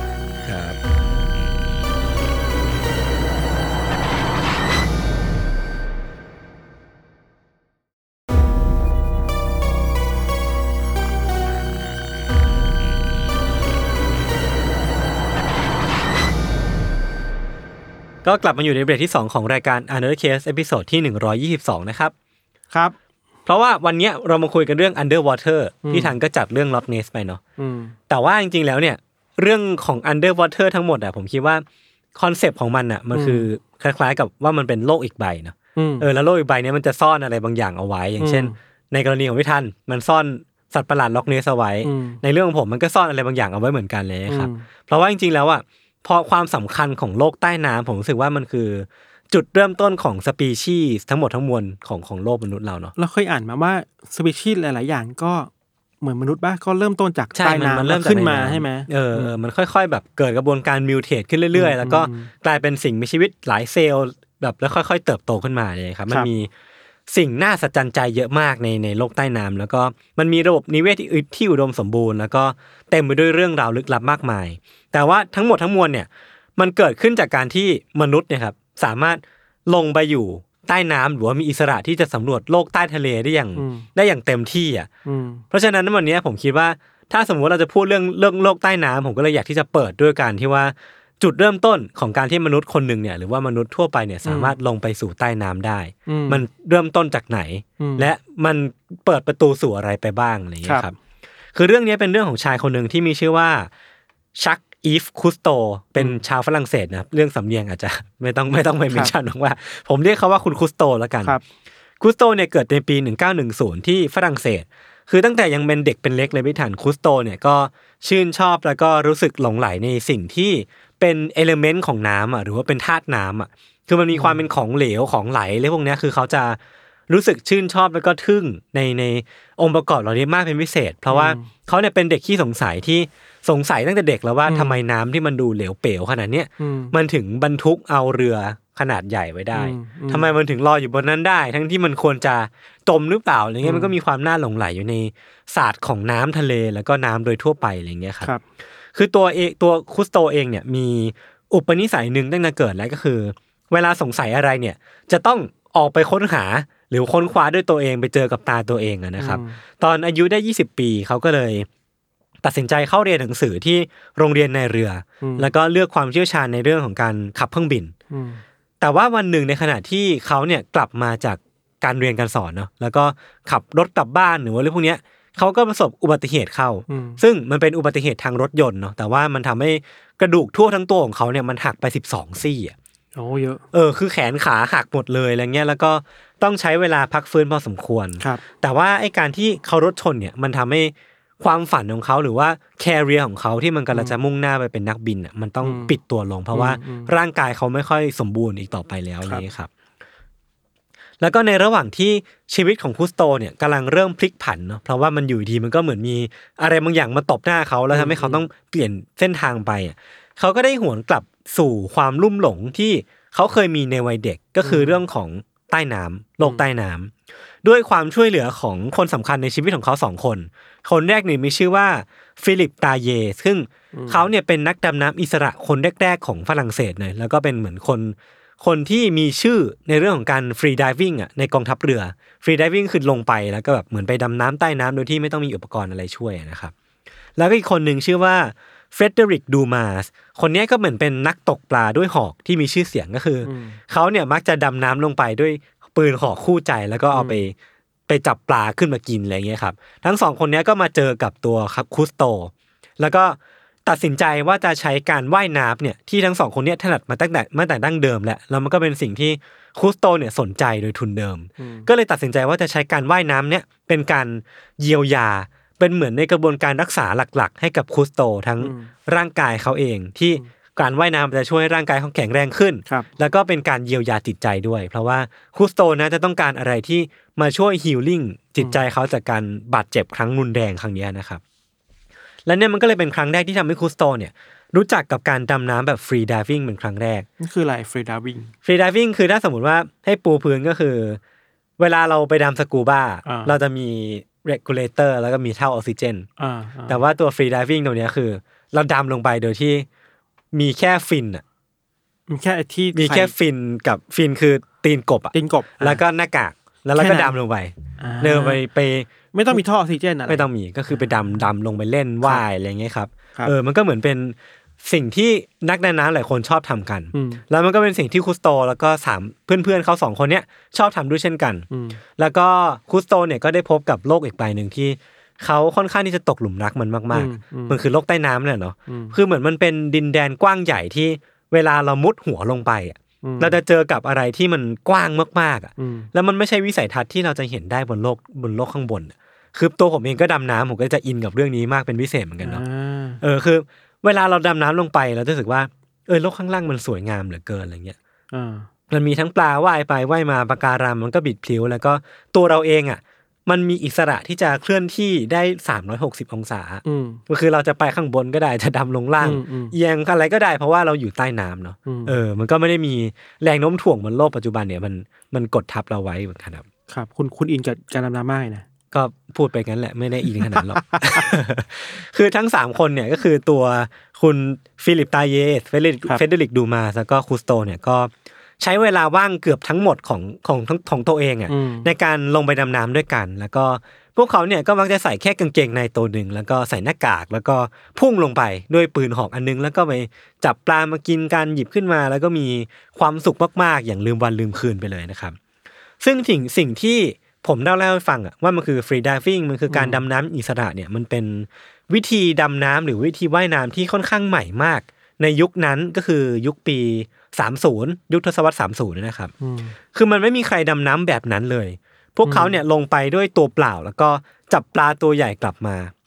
ก็กลับมาอยู่ในเบรกที่2ของรายการ Another Case เอพิโซดที่122นะครับครับเพราะว่าวันนี้เรามาคุยกันเรื่อง Underwater ที่ทางก็จัดเรื่อง Loch Ness ไปเนาะแต่ว่าจริงๆแล้วเนี่ยเรื่องของ Underwater ทั้งหมดอ่ะผมคิดว่าคอนเซปต์ของมันอ่ะมันคือคล้ายๆกับว่ามันเป็นโลกอีกใบเนาะแล้วโลกอีกใบนี้มันจะซ่อนอะไรบางอย่างเอาไว้อย่างเช่นในกรณีของพี่ทันมันซ่อนสัตว์ประหลาด Loch Ness เอาไว้ในเรื่องของผมมันก็ซ่อนอะไรบางอย่างเอาไว้เหมือนกันเลยครับเพราะว่าจริงๆแล้วอ่ะพอความสำคัญของโลกใต้น้ำผมรู้สึกว่ามันคือจุดเริ่มต้นของสปีชีส์ทั้งหมดทั้งมวลของโลกมนุษย์เราเนาะเราเคยอ่านมาว่าสปีชีส์หลายๆอย่างก็เหมือนมนุษย์บ้าก็เริ่มต้นจากใต้น้ำมันเริ่มขึ้นมาใช่ไหมมันค่อยๆแบบเกิดกระบวนการมิวเทตขึ้นเรื่อยๆแล้วก็กลายเป็นสิ่งมีชีวิตหลายเซลล์แบบแล้วค่อยๆเติบโตขึ้นมาเนี่ยครับมันมีสิ่งน่าสัศจรรย์ใจเยอะมากในโลกใต้น้ำแล้วก็มันมีระบบนิเวศที่อุดมสมบูรณ์แล้วก็เต็มไปด้วยเรื่องราวลึกลับมากมายแต่ว่าทั้งหมดทั้งมวลเนี่ยมันเกิดขึ้นจากการที่มนุษย์เนี่ยครับสามารถลงไปอยู่ใต้น้ำหรือว่ามีอิสระที่จะสำรวจโลกใต้ทะเลได้อย่างเต็มที่อ่ะเพราะฉะนั้นวันนี้ผมคิดว่าถ้าสมมติเราจะพูดเรื่องโลกใต้น้ำผมก็เลยอยากที่จะเปิดด้วยการที่ว่าจุดเริ่มต้นของการที่มนุษย์คนหนึ่งเนี่ยหรือว่ามนุษย์ทั่วไปเนี่ยสามารถลงไปสู่ใต้น้ำได้มันเริ่มต้นจากไหนและมันเปิดประตูสู่อะไรไปบ้างอะไรอย่างเงี้ยครับคือเรื่องนี้เป็นเรื่องของชายคนหนึ่งที่มีชื่อว่าชักอีฟคุสโตเป็นชาวฝรั่งเศสนะครับเรื่องสำเนียงอาจจะไม่ต้องไปเมนชั่นหรอกว่าผมเรียกเขาว่าคุณคุสโตแล้วกันคุสโตเนี่ยเกิดในปี1910ที่ฝรั่งเศสคือตั้งแต่ยังเป็นเด็กเป็นเล็กเลยพี่ถันคุสโตเนี่ยก็ชื่นชอบแล้วก็รู้สึกหลงไหลในสิ่งที่เป็นเอลิเมนต์ของน้ำอ่ะหรือว่าเป็นธาตุน้ำอ่ะคือมันมีความเป็นของเหลวของไหลอะไรพวกนี้คือเขาจะรู้สึกชื่นชอบแล้วก็ทึ่งในองค์ประกอบเหล่านี้มากเป็นพิเศษเพราะว่าเขาเนี่ยเป็นเด็กขี้สงสัยที่สงสัยตั้งแต่เด็กแล้วว่าทำไมน้ำที่มันดูเหลวเป๋วขนาดเนี้ยมันถึงบรรทุกเอาเรือขนาดใหญ่ไว้ได้ทำไมมันถึงลอยอยู่บนนั้นได้ทั้งที่มันควรจะจมหรือเปล่าอะไรเงี้ยมันก็มีความน่าหลงใหลอยู่ในศาสตร์ของน้ำทะเลแล้วก็น้ำโดยทั่วไปอะไรเงี้ยครับคือตัวคุสโตเองเนี่ยมีอุปนิสัยนึงตั้งแต่เกิดแล้วก็คือเวลาสงสัยอะไรเนี่ยจะต้องออกไปค้นหาหรือค้นคว้าด้วยตัวเองไปเจอกับตาตัวเองนะครับตอนอายุได้20ปีเขาก็เลยตัดสินใจเข้าเรียนหนังสือที่โรงเรียนในเรือแล้วก็เลือกความเชี่ยวชาญในเรื่องของการขับเครื่องบินแต่ว่าวันหนึ่งในขณะที่เขาเนี่ยกลับมาจากการเรียนการสอนเนาะแล้วก็ขับรถกลับบ้านหรือว่าเรื่องพวกเนี้ยเขาก็ประสบอุบัติเหตุเข้าซึ่งมันเป็นอุบัติเหตุทางรถยนต์เนาะแต่ว่ามันทำให้กระดูกทั่วทั้งตัวของเขาเนี่ยมันหักไป12ซี่อ่ะโอ้เยอะคือแขนขาหักหมดเลยอะไรเงี้ยแล้วก็ต้องใช้เวลาพักฟื้นพอสมควรแต่ว่าไอ้การที่เขารถชนเนี่ยมันทำให้ความฝันของเขาหรือว่าแคเรียร์ของเขาที่มันกำลังจะมุ่งหน้าไปเป็นนักบินอ่ะมันต้องปิดตัวลงเพราะว่าร่างกายเขาไม่ค่อยสมบูรณ์อีกต่อไปแล้วอย่างนี้ครับแล้วก็ในระหว่างที่ชีวิตของคุสโตเนี่ยกำลังเริ่มพลิกผันเนาะเพราะว่ามันอยู่ดีมันก็เหมือนมีอะไรบางอย่างมาตบหน้าเขาแล้วทำให้เขาต้องเปลี่ยนเส้นทางไปเขาก็ได้หวนกลับสู่ความลุ่มหลงที่เขาเคยมีในวัยเด็กก็คือเรื่องของใต้น้ำโลกใต้น้ำด้วยความช่วยเหลือของคนสำคัญในชีวิตของเขา2คนคนแรกเนี่ยมีชื่อว่าฟิลิปตาเยซึ่งเขาเนี่ยเป็นนักดำน้ำอิสระคนแรกๆของฝรั่งเศสเลยแล้วก็เป็นเหมือนคนที่มีชื่อในเรื่องของการฟรีไดวิ่งในกองทัพเรือฟรีไดวิ่งคือลงไปแล้วก็แบบเหมือนไปดำน้ำใต้น้ำโดยที่ไม่ต้องมีอุปกรณ์อะไรช่วยนะครับแล้วก็อีกคนหนึ่งชื่อว่าเฟเดริกดูมาสคนนี้ก็เหมือนเป็นนักตกปลาด้วยหอกที่มีชื่อเสียงก็คือเขาเนี่ยมักจะดำน้ำลงไปด้วยปืนหอกคู่ใจแล้วก็เอาไปจับปลาขึ้นมากินอะไรเงี้ยครับทั้ง2คนนี้ก็มาเจอกับตัวครับคุสโตแล้วก็ตัดสินใจว่าจะใช้การว่ายน้ำเนี่ยที่ทั้ง2คนนี้ถนัดมาตั้งแต่ดั้งเดิมแหละแล้วมันก็เป็นสิ่งที่คุสโตเนี่ยสนใจโดยทุนเดิมก็เลยตัดสินใจว่าจะใช้การว่ายน้ำเนี่ยเป็นการเยียวยาเป็นเหมือนในกระบวนการรักษาหลักๆให้กับคุสโตทั้งร่างกายเขาเองที่การว่ายน้ำจะช่วยร่างกายเขาแข็งแรงขึ้นแล้วก็เป็นการเยียวยาจิตใจด้วยเพราะว่าคุสโตนะจะต้องการอะไรที่มาช่วยฮีลลิ่งจิตใจเขาจากการบาดเจ็บครั้งรุนแรงครั้งนี้นะครับและเนี่ยมันก็เลยเป็นครั้งแรกที่ทำให้คุสโตเนี่ยรู้จักกับการดำน้ำแบบฟรีไดวิ่งเป็นครั้งแรกนี่คืออะไรฟรีไดวิ่งคือถ้าสมมติว่าให้ปูพื้นก็คือเวลาเราไปดำสกูบ้าเราจะมีregulator แล้วก็มีเท่าออกซิเจนแต่ว่าตัวฟรีไดวิ่งตรงนี้คือเราดำลงไปโดยที่มีแค่ฟินมีแค่ที่มีแค่ฟินกับฟินคือตีนกบแล้วก็หน้ากากแล้วเราก็ดำลงไปเดินไปไม่ต้องมีท่อออกซิเจนอะไรไม่ต้องมีก็คือไปดำลงไปเล่นว่ายอะไรเงี้ยครับมันก็เหมือนเป็นสิ่งที่นักดำน้ำหลายคนชอบทำกันแล้วมันก็เป็นสิ่งที่คุสโตแล้วก็3เพื่อนๆเขา2คนเนี้ยชอบทำด้วยเช่นกันแล้วก็คุสโตเนี่ยก็ได้พบกับโลกอีกใบนึงที่เขาค่อนข้างที่จะตกหลุมรักมันมากๆมันคือโลกใต้น้ำเนี่ยเนาะคือเหมือนมันเป็นดินแดนกว้างใหญ่ที่เวลาเรามุดหัวลงไปเราจะเจอกับอะไรที่มันกว้างมากๆแล้วมันไม่ใช่วิสัยทัศน์ที่เราจะเห็นได้บนโลกข้างบนคือตัวผมเองก็ดำน้ำผมก็จะอินกับเรื่องนี้มากเป็นพิเศษเหมือนกันเนาะคือเวลาเราดำน้ำลงไปเราจะรู้สึกว่าโลกข้างล่างมันสวยงามเหลือเกินอะไรเงี้ยมันมีทั้งปลาว่ายไปว่ายมาปะการังมันก็บิดพลิ้วแล้วก็ตัวเราเองมันมีอิสระที่จะเคลื่อนที่ได้360องศาก็คือเราจะไปข้างบนก็ได้จะดำลงล่างเอียงอะไรก็ได้เพราะว่าเราอยู่ใต้น้ำเนาะมันก็ไม่ได้มีแรงโน้มถ่วงบนโลกปัจจุบันเนี่ยมันกดทับเราไว้เหมือนกันครับคุณอินกับการดำน้ำมากนะก็พูดไปงั้นแหละไม่ได้อินขนาดหรอก คือทั้ง3คนเนี่ยก็คือตัวคุณฟิลิปตาเยสเฟเดริกดูมาแล้วก็คุสโตเนี่ยก็ใช้เวลาว่างเกือบทั้งหมดของตัวเองในการลงไปดำน้ำด้วยกันแล้วก็พวกเขาเนี่ยก็มักจะใส่แค่กางเกงในตัวหนึ่งแล้วก็ใส่หน้ากากแล้วก็พุ่งลงไปด้วยปืนหอกอันนึงแล้วก็ไปจับปลามากินกันหยิบขึ้นมาแล้วก็มีความสุขมากๆอย่างลืมวันลืมคืนไปเลยนะครับซึ่งสิ่งที่ผมเล่าให้ฟังว่ามันคือฟรีไดวิ่งมันคือการดำน้ำอิสระเนี่ยมันเป็นวิธีดำน้ำหรือวิธีว่ายน้ำที่ค่อนข้างใหม่มากในยุคนั้นก็คือยุคปี30ยุคทศวรรษ30นะครับคือมันไม่มีใครดำน้ำแบบนั้นเลยพวกเขาเนี่ยลงไปด้วยตัวเปล่าแล้วก็จับปลาตัวใหญ่กลับมา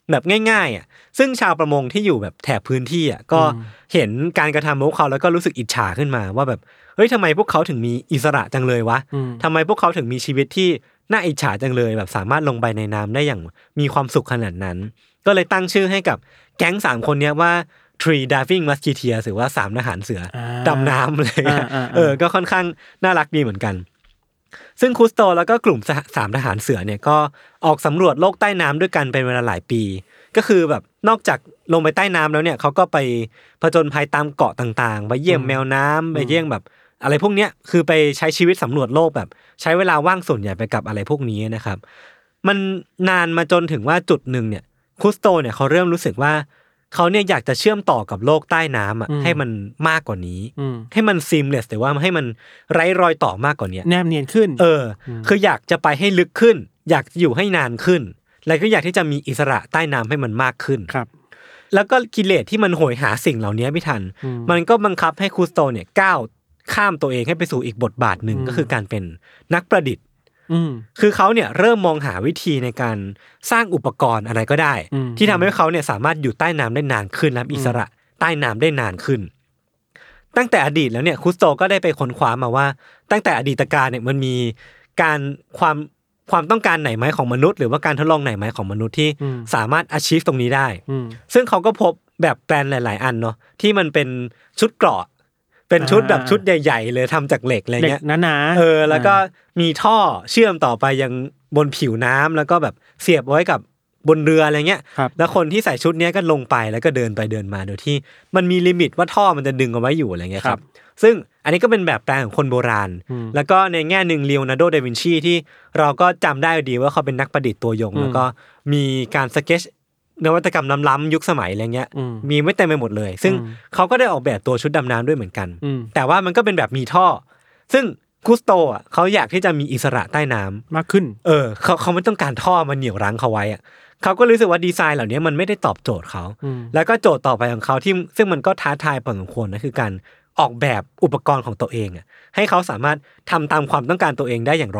แบบง่ายๆอ่ะซึ่งชาวประมงที่อยู่แบบแถบพื้นที่อ่ะก็เห็นการกระทำของเขาแล้วก็รู้สึกอิจฉาขึ้นมาว่าแบบเฮ้ยทำไมพวกเขาถึงมีอิสระจังเลยวะทำไมพวกเขาถึงมีชีวิตที่น่าอิจฉาจังเลยแบบสามารถลงไปในน้ำได้อย่างมีความสุขขนาดนั้นก็เลยตั้งชื่อให้กับแก๊ง3คนนี้ว่า Three Diving Musketeers หรือว่า3ทหารเสือดำน้ำอะไรเงี้ยก็ค่อนข้างน่ารักดีเหมือนกันซึ่งคุสโตแล้วก็กลุ่ม3ทหารเสือเนี่ยก็ออกสำรวจโลกใต้น้ำด้วยกันเป็นเวลาหลายปีก็คือแบบนอกจากลงไปใต้น้ำแล้วเนี่ยเขาก็ไปผจญภัยตามเกาะต่างๆไปเยี่ยมแมวน้ำไปเยี่ยมแบบอะไรพวกเนี้ยคือไปใช้ชีวิตสำรวจโลกแบบใช้เวลาว่างส่วนใหญ่ไปกับอะไรพวกนี้นะครับมันนานมาจนถึงว่าจุดนึงเนี่ยคุสโตเนี่ยเขาเริ่มรู้สึกว่าเขาเนี่ยอยากจะเชื่อมต่อกับโลกใต้น้ำอ่ะให้มันมากกว่านี้ให้มันซีมเลสแต่ว่าให้มันไร้รอยต่อมากกว่านี้แนบเนียนขึ้นคืออยากจะไปให้ลึกขึ้นอยากอยู่ให้นานขึ้นแล้วก็อยากที่จะมีอิสระใต้น้ำให้มันมากขึ้นครับแล้วก็กิเลสที่มันโหยหาสิ่งเหล่านี้ไม่ทันมันก็บังคับให้คุสโตเนี่ยก้าวข้ามตัวเองให้ไปสู่อีกบทบาทหนึ่งก็คือการเป็นนักประดิษฐ์คือเขาเนี่ยเริ่มมองหาวิธีในการสร้างอุปกรณ์อะไรก็ได้ที่ทำให้เขาเนี่ยสามารถอยู่ใต้น้ำได้นานขึ้นและอิสระใต้น้ำได้นานขึ้นตั้งแต่อดีตแล้วเนี่ยคุสโตก็ได้ไปค้นคว้ามาว่าตั้งแต่อดีตการเนี่ยมันมีการความต้องการไหนไหมของมนุษย์หรือว่าการทดลองไหนไหมของมนุษย์ที่สามารถ achieve ตรงนี้ได้ซึ่งเขาก็พบแบบแปลนหลายๆอันเนาะที่มันเป็นชุดเกราะเป็นชุดแบบชุดใหญ่ๆเลยทำจากเหล็กอะไรเงี้ยหนาๆแล้วก็มีท่อเชื่อมต่อไปยังบนผิวน้ำแล้วก็แบบเสียบไว้กับบนเรืออะไรเงี้ยแล้วคนที่ใส่ชุดนี้ก็ลงไปแล้วก็เดินไปเดินมาโดยที่มันมีลิมิตว่าท่อมันจะดึงเอาไว้อยู่อะไรเงี้ยครับซึ่งอันนี้ก็เป็นแบบแปลงของคนโบราณแล้วก็ในแง่นึงลีโอนาร์โด ดาวินชีที่เราก็จำได้ดีว่าเขาเป็นนักประดิษฐ์ตัวยงแล้วก็มีการสเก็ตช์นวัตกรรมล้ำๆยุคสมัยอะไรเงี้ยมีไม่เต็มไปหมดเลยซึ่งเขาก็ได้ออกแบบตัวชุดดำน้ำด้วยเหมือนกันแต่ว่ามันก็เป็นแบบมีท่อซึ่งกุสโตอ่ะเขาอยากที่จะมีอิสระใต้น้ำมากขึ้นเขาไม่ต้องการท่อมาเหนี่ยวรั้งเขาไว้อ่ะเขาก็รู้สึกว่าดีไซน์เหล่านี้มันไม่ได้ตอบโจทย์เขาแล้วก็โจทย์ต่อไปของเขาที่ซึ่งมันก็ท้าทายพอสมควรนะคือการออกแบบอุปกรณ์ของตัวเองอ่ะให้เขาสามารถทำตามความต้องการตัวเองได้อย่าง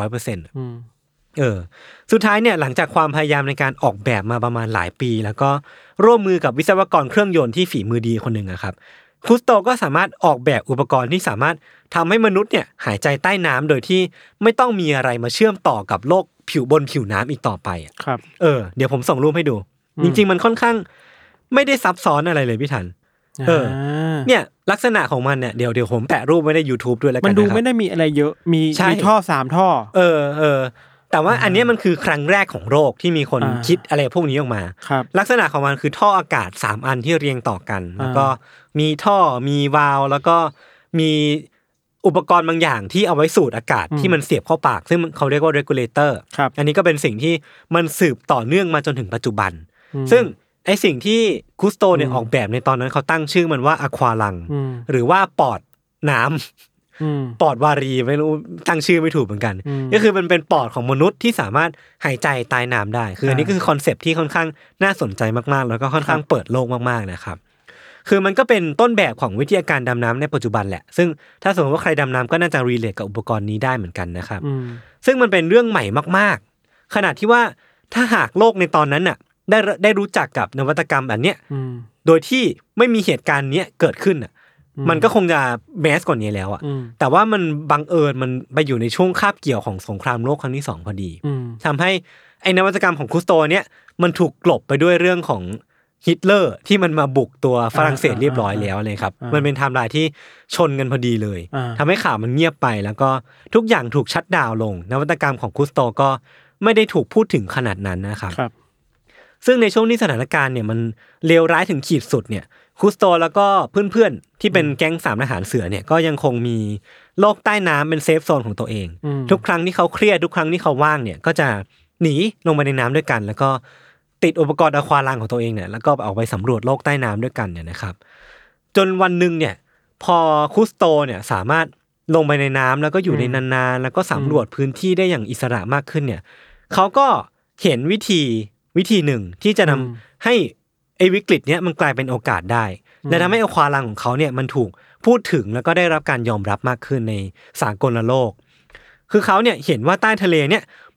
100%สุดท้ายเนี่ยหลังจากความพยายามในการออกแบบมาประมาณหลายปีแล้วก็ร่วมมือกับวิศวกรเครื่องยนต์ที่ฝีมือดีคนหนึ่งครับคุสโตก็สามารถออกแบบอุปกรณ์ที่สามารถทำให้มนุษย์เนี่ยหายใจใต้น้ำโดยที่ไม่ต้องมีอะไรมาเชื่อมต่อกับโลกบนผิวน้ำอีกต่อไปครับเดี๋ยวผมส่งรูปให้ดูจริงๆมันค่อนข้างไม่ได้ซับซ้อนอะไรเลยพี่ทันเนี่ยลักษณะของมันเนี่ยเดี๋ยวผมแปะรูปไว้ใน YouTube ด้วยแล้วกันมันดูไม่ได้มีอะไรเยอะมีท่อ3ท่อแต่ว่าอันนี้มันคือครั้งแรกของโลกที่มีคนคิดอะไรพวกนี้ออกมาลักษณะของมันคือท่ออากาศ3อันที่เรียงต่อกันแล้วก็มีท่อมีวาล์วแล้วก็มีอุปกรณ์บางอย่างที่เอาไว้สูดอากาศที่มันเสียบเข้าปากซึ่งเขาเรียกว่า regulator อันนี้ก็เป็นสิ่งที่มันสืบต่อเนื่องมาจนถึงปัจจุบันซึ่งไอสิ่งที่คุสโตเนี่ยออกแบบในตอนนั้นเขาตั้งชื่อมันว่าอะควาลังหรือว่าปอดน้ำปอดวารีไม่รู้ตั้งชื่อไม่ถูกเหมือนกันก็คือมันเป็นปอดของมนุษย์ที่สามารถหายใจใต้น้ำได้คืออันนี้ก็คือคอนเซปต์ที่ค่อนข้างน่าสนใจมากๆแล้วก็ค่อนข้างเปิดโลกมากๆนะครับคือมันก็เป็นต้นแบบของวิทยาการดำน้ำในปัจจุบันแหละซึ่งถ้าสมมติว่าใครดำน้ำก็น่าจะรีเลทกับอุปกรณ์นี้ได้เหมือนกันนะครับซึ่งมันเป็นเรื่องใหม่มากๆขนาดที่ว่าถ้าหากโลกในตอนนั้นน่ะได้รู้จักกับนวัตกรรมแบบเนี้ยโดยที่ไม่มีเหตุการณ์เนี้ยเกิดขึ้นอ่ะมันก็คงจะแมสกว่านี้แล้วอ่ะแต่ว่ามันบังเอิญมันไปอยู่ในช่วงคาบเกี่ยวของสงครามโลกครั้งที่2พอดีทำให้ไอ้นวัตกรรมของคุสโตเนี้ยมันถูกกลบไปด้วยเรื่องของฮิตเลอร์ที่มันมาบุกตัวฝรั่งเศสเรียบร้อยแล้วเลยครับมันเป็นไทม์ไลน์ที่ชนกันพอดีเลยทำให้ข่าวมันเงียบไปแล้วก็ทุกอย่างถูกชัตดาวน์ลงนวัตกรรมของคุสโตก็ไม่ได้ถูกพูดถึงขนาดนั้นนะครับซึ่งในช่วงที่สถานการณ์เนี่ยมันเลวร้ายถึงขีดสุดเนี่ยคุสโตแล้วก็เพื่อนๆที่เป็นแก๊ง3ทหารเสือเนี่ยก็ยังคงมีโลกใต้น้ำเป็นเซฟโซนของตัวเองทุกครั้งที่เขาเครียดทุกครั้งที่เขาว่างเนี่ยก็จะหนีลงไปในน้ำด้วยกันแล้วก็ติดอุปกรณ์อะควาลังของตัวเองเนี่ยแล้วก็ออกไปสำรวจโลกใต้น้ำด้วยกันเนี่ยนะครับจนวันนึงเนี่ยพอคุสโตเนี่ยสามารถลงไปในน้ำแล้วก็อยู่ในนานๆแล้วก็สำรวจพื้นที่ได้อย่างอิสระมากขึ้นเนี่ยเขาก็เห็นวิธีหนึ่งที่จะนำให้ไอ้วิกฤตเนี้ยมันกลายเป็นโอกาสได้และทำให้อะควาลังของเขาเนี่ยมันถูกพูดถึงแล้วก็ได้รับการยอมรับมากขึ้นในสากลโลกคือเขาเนี่ยเห็นว่าใต้ทะเลเนี่ย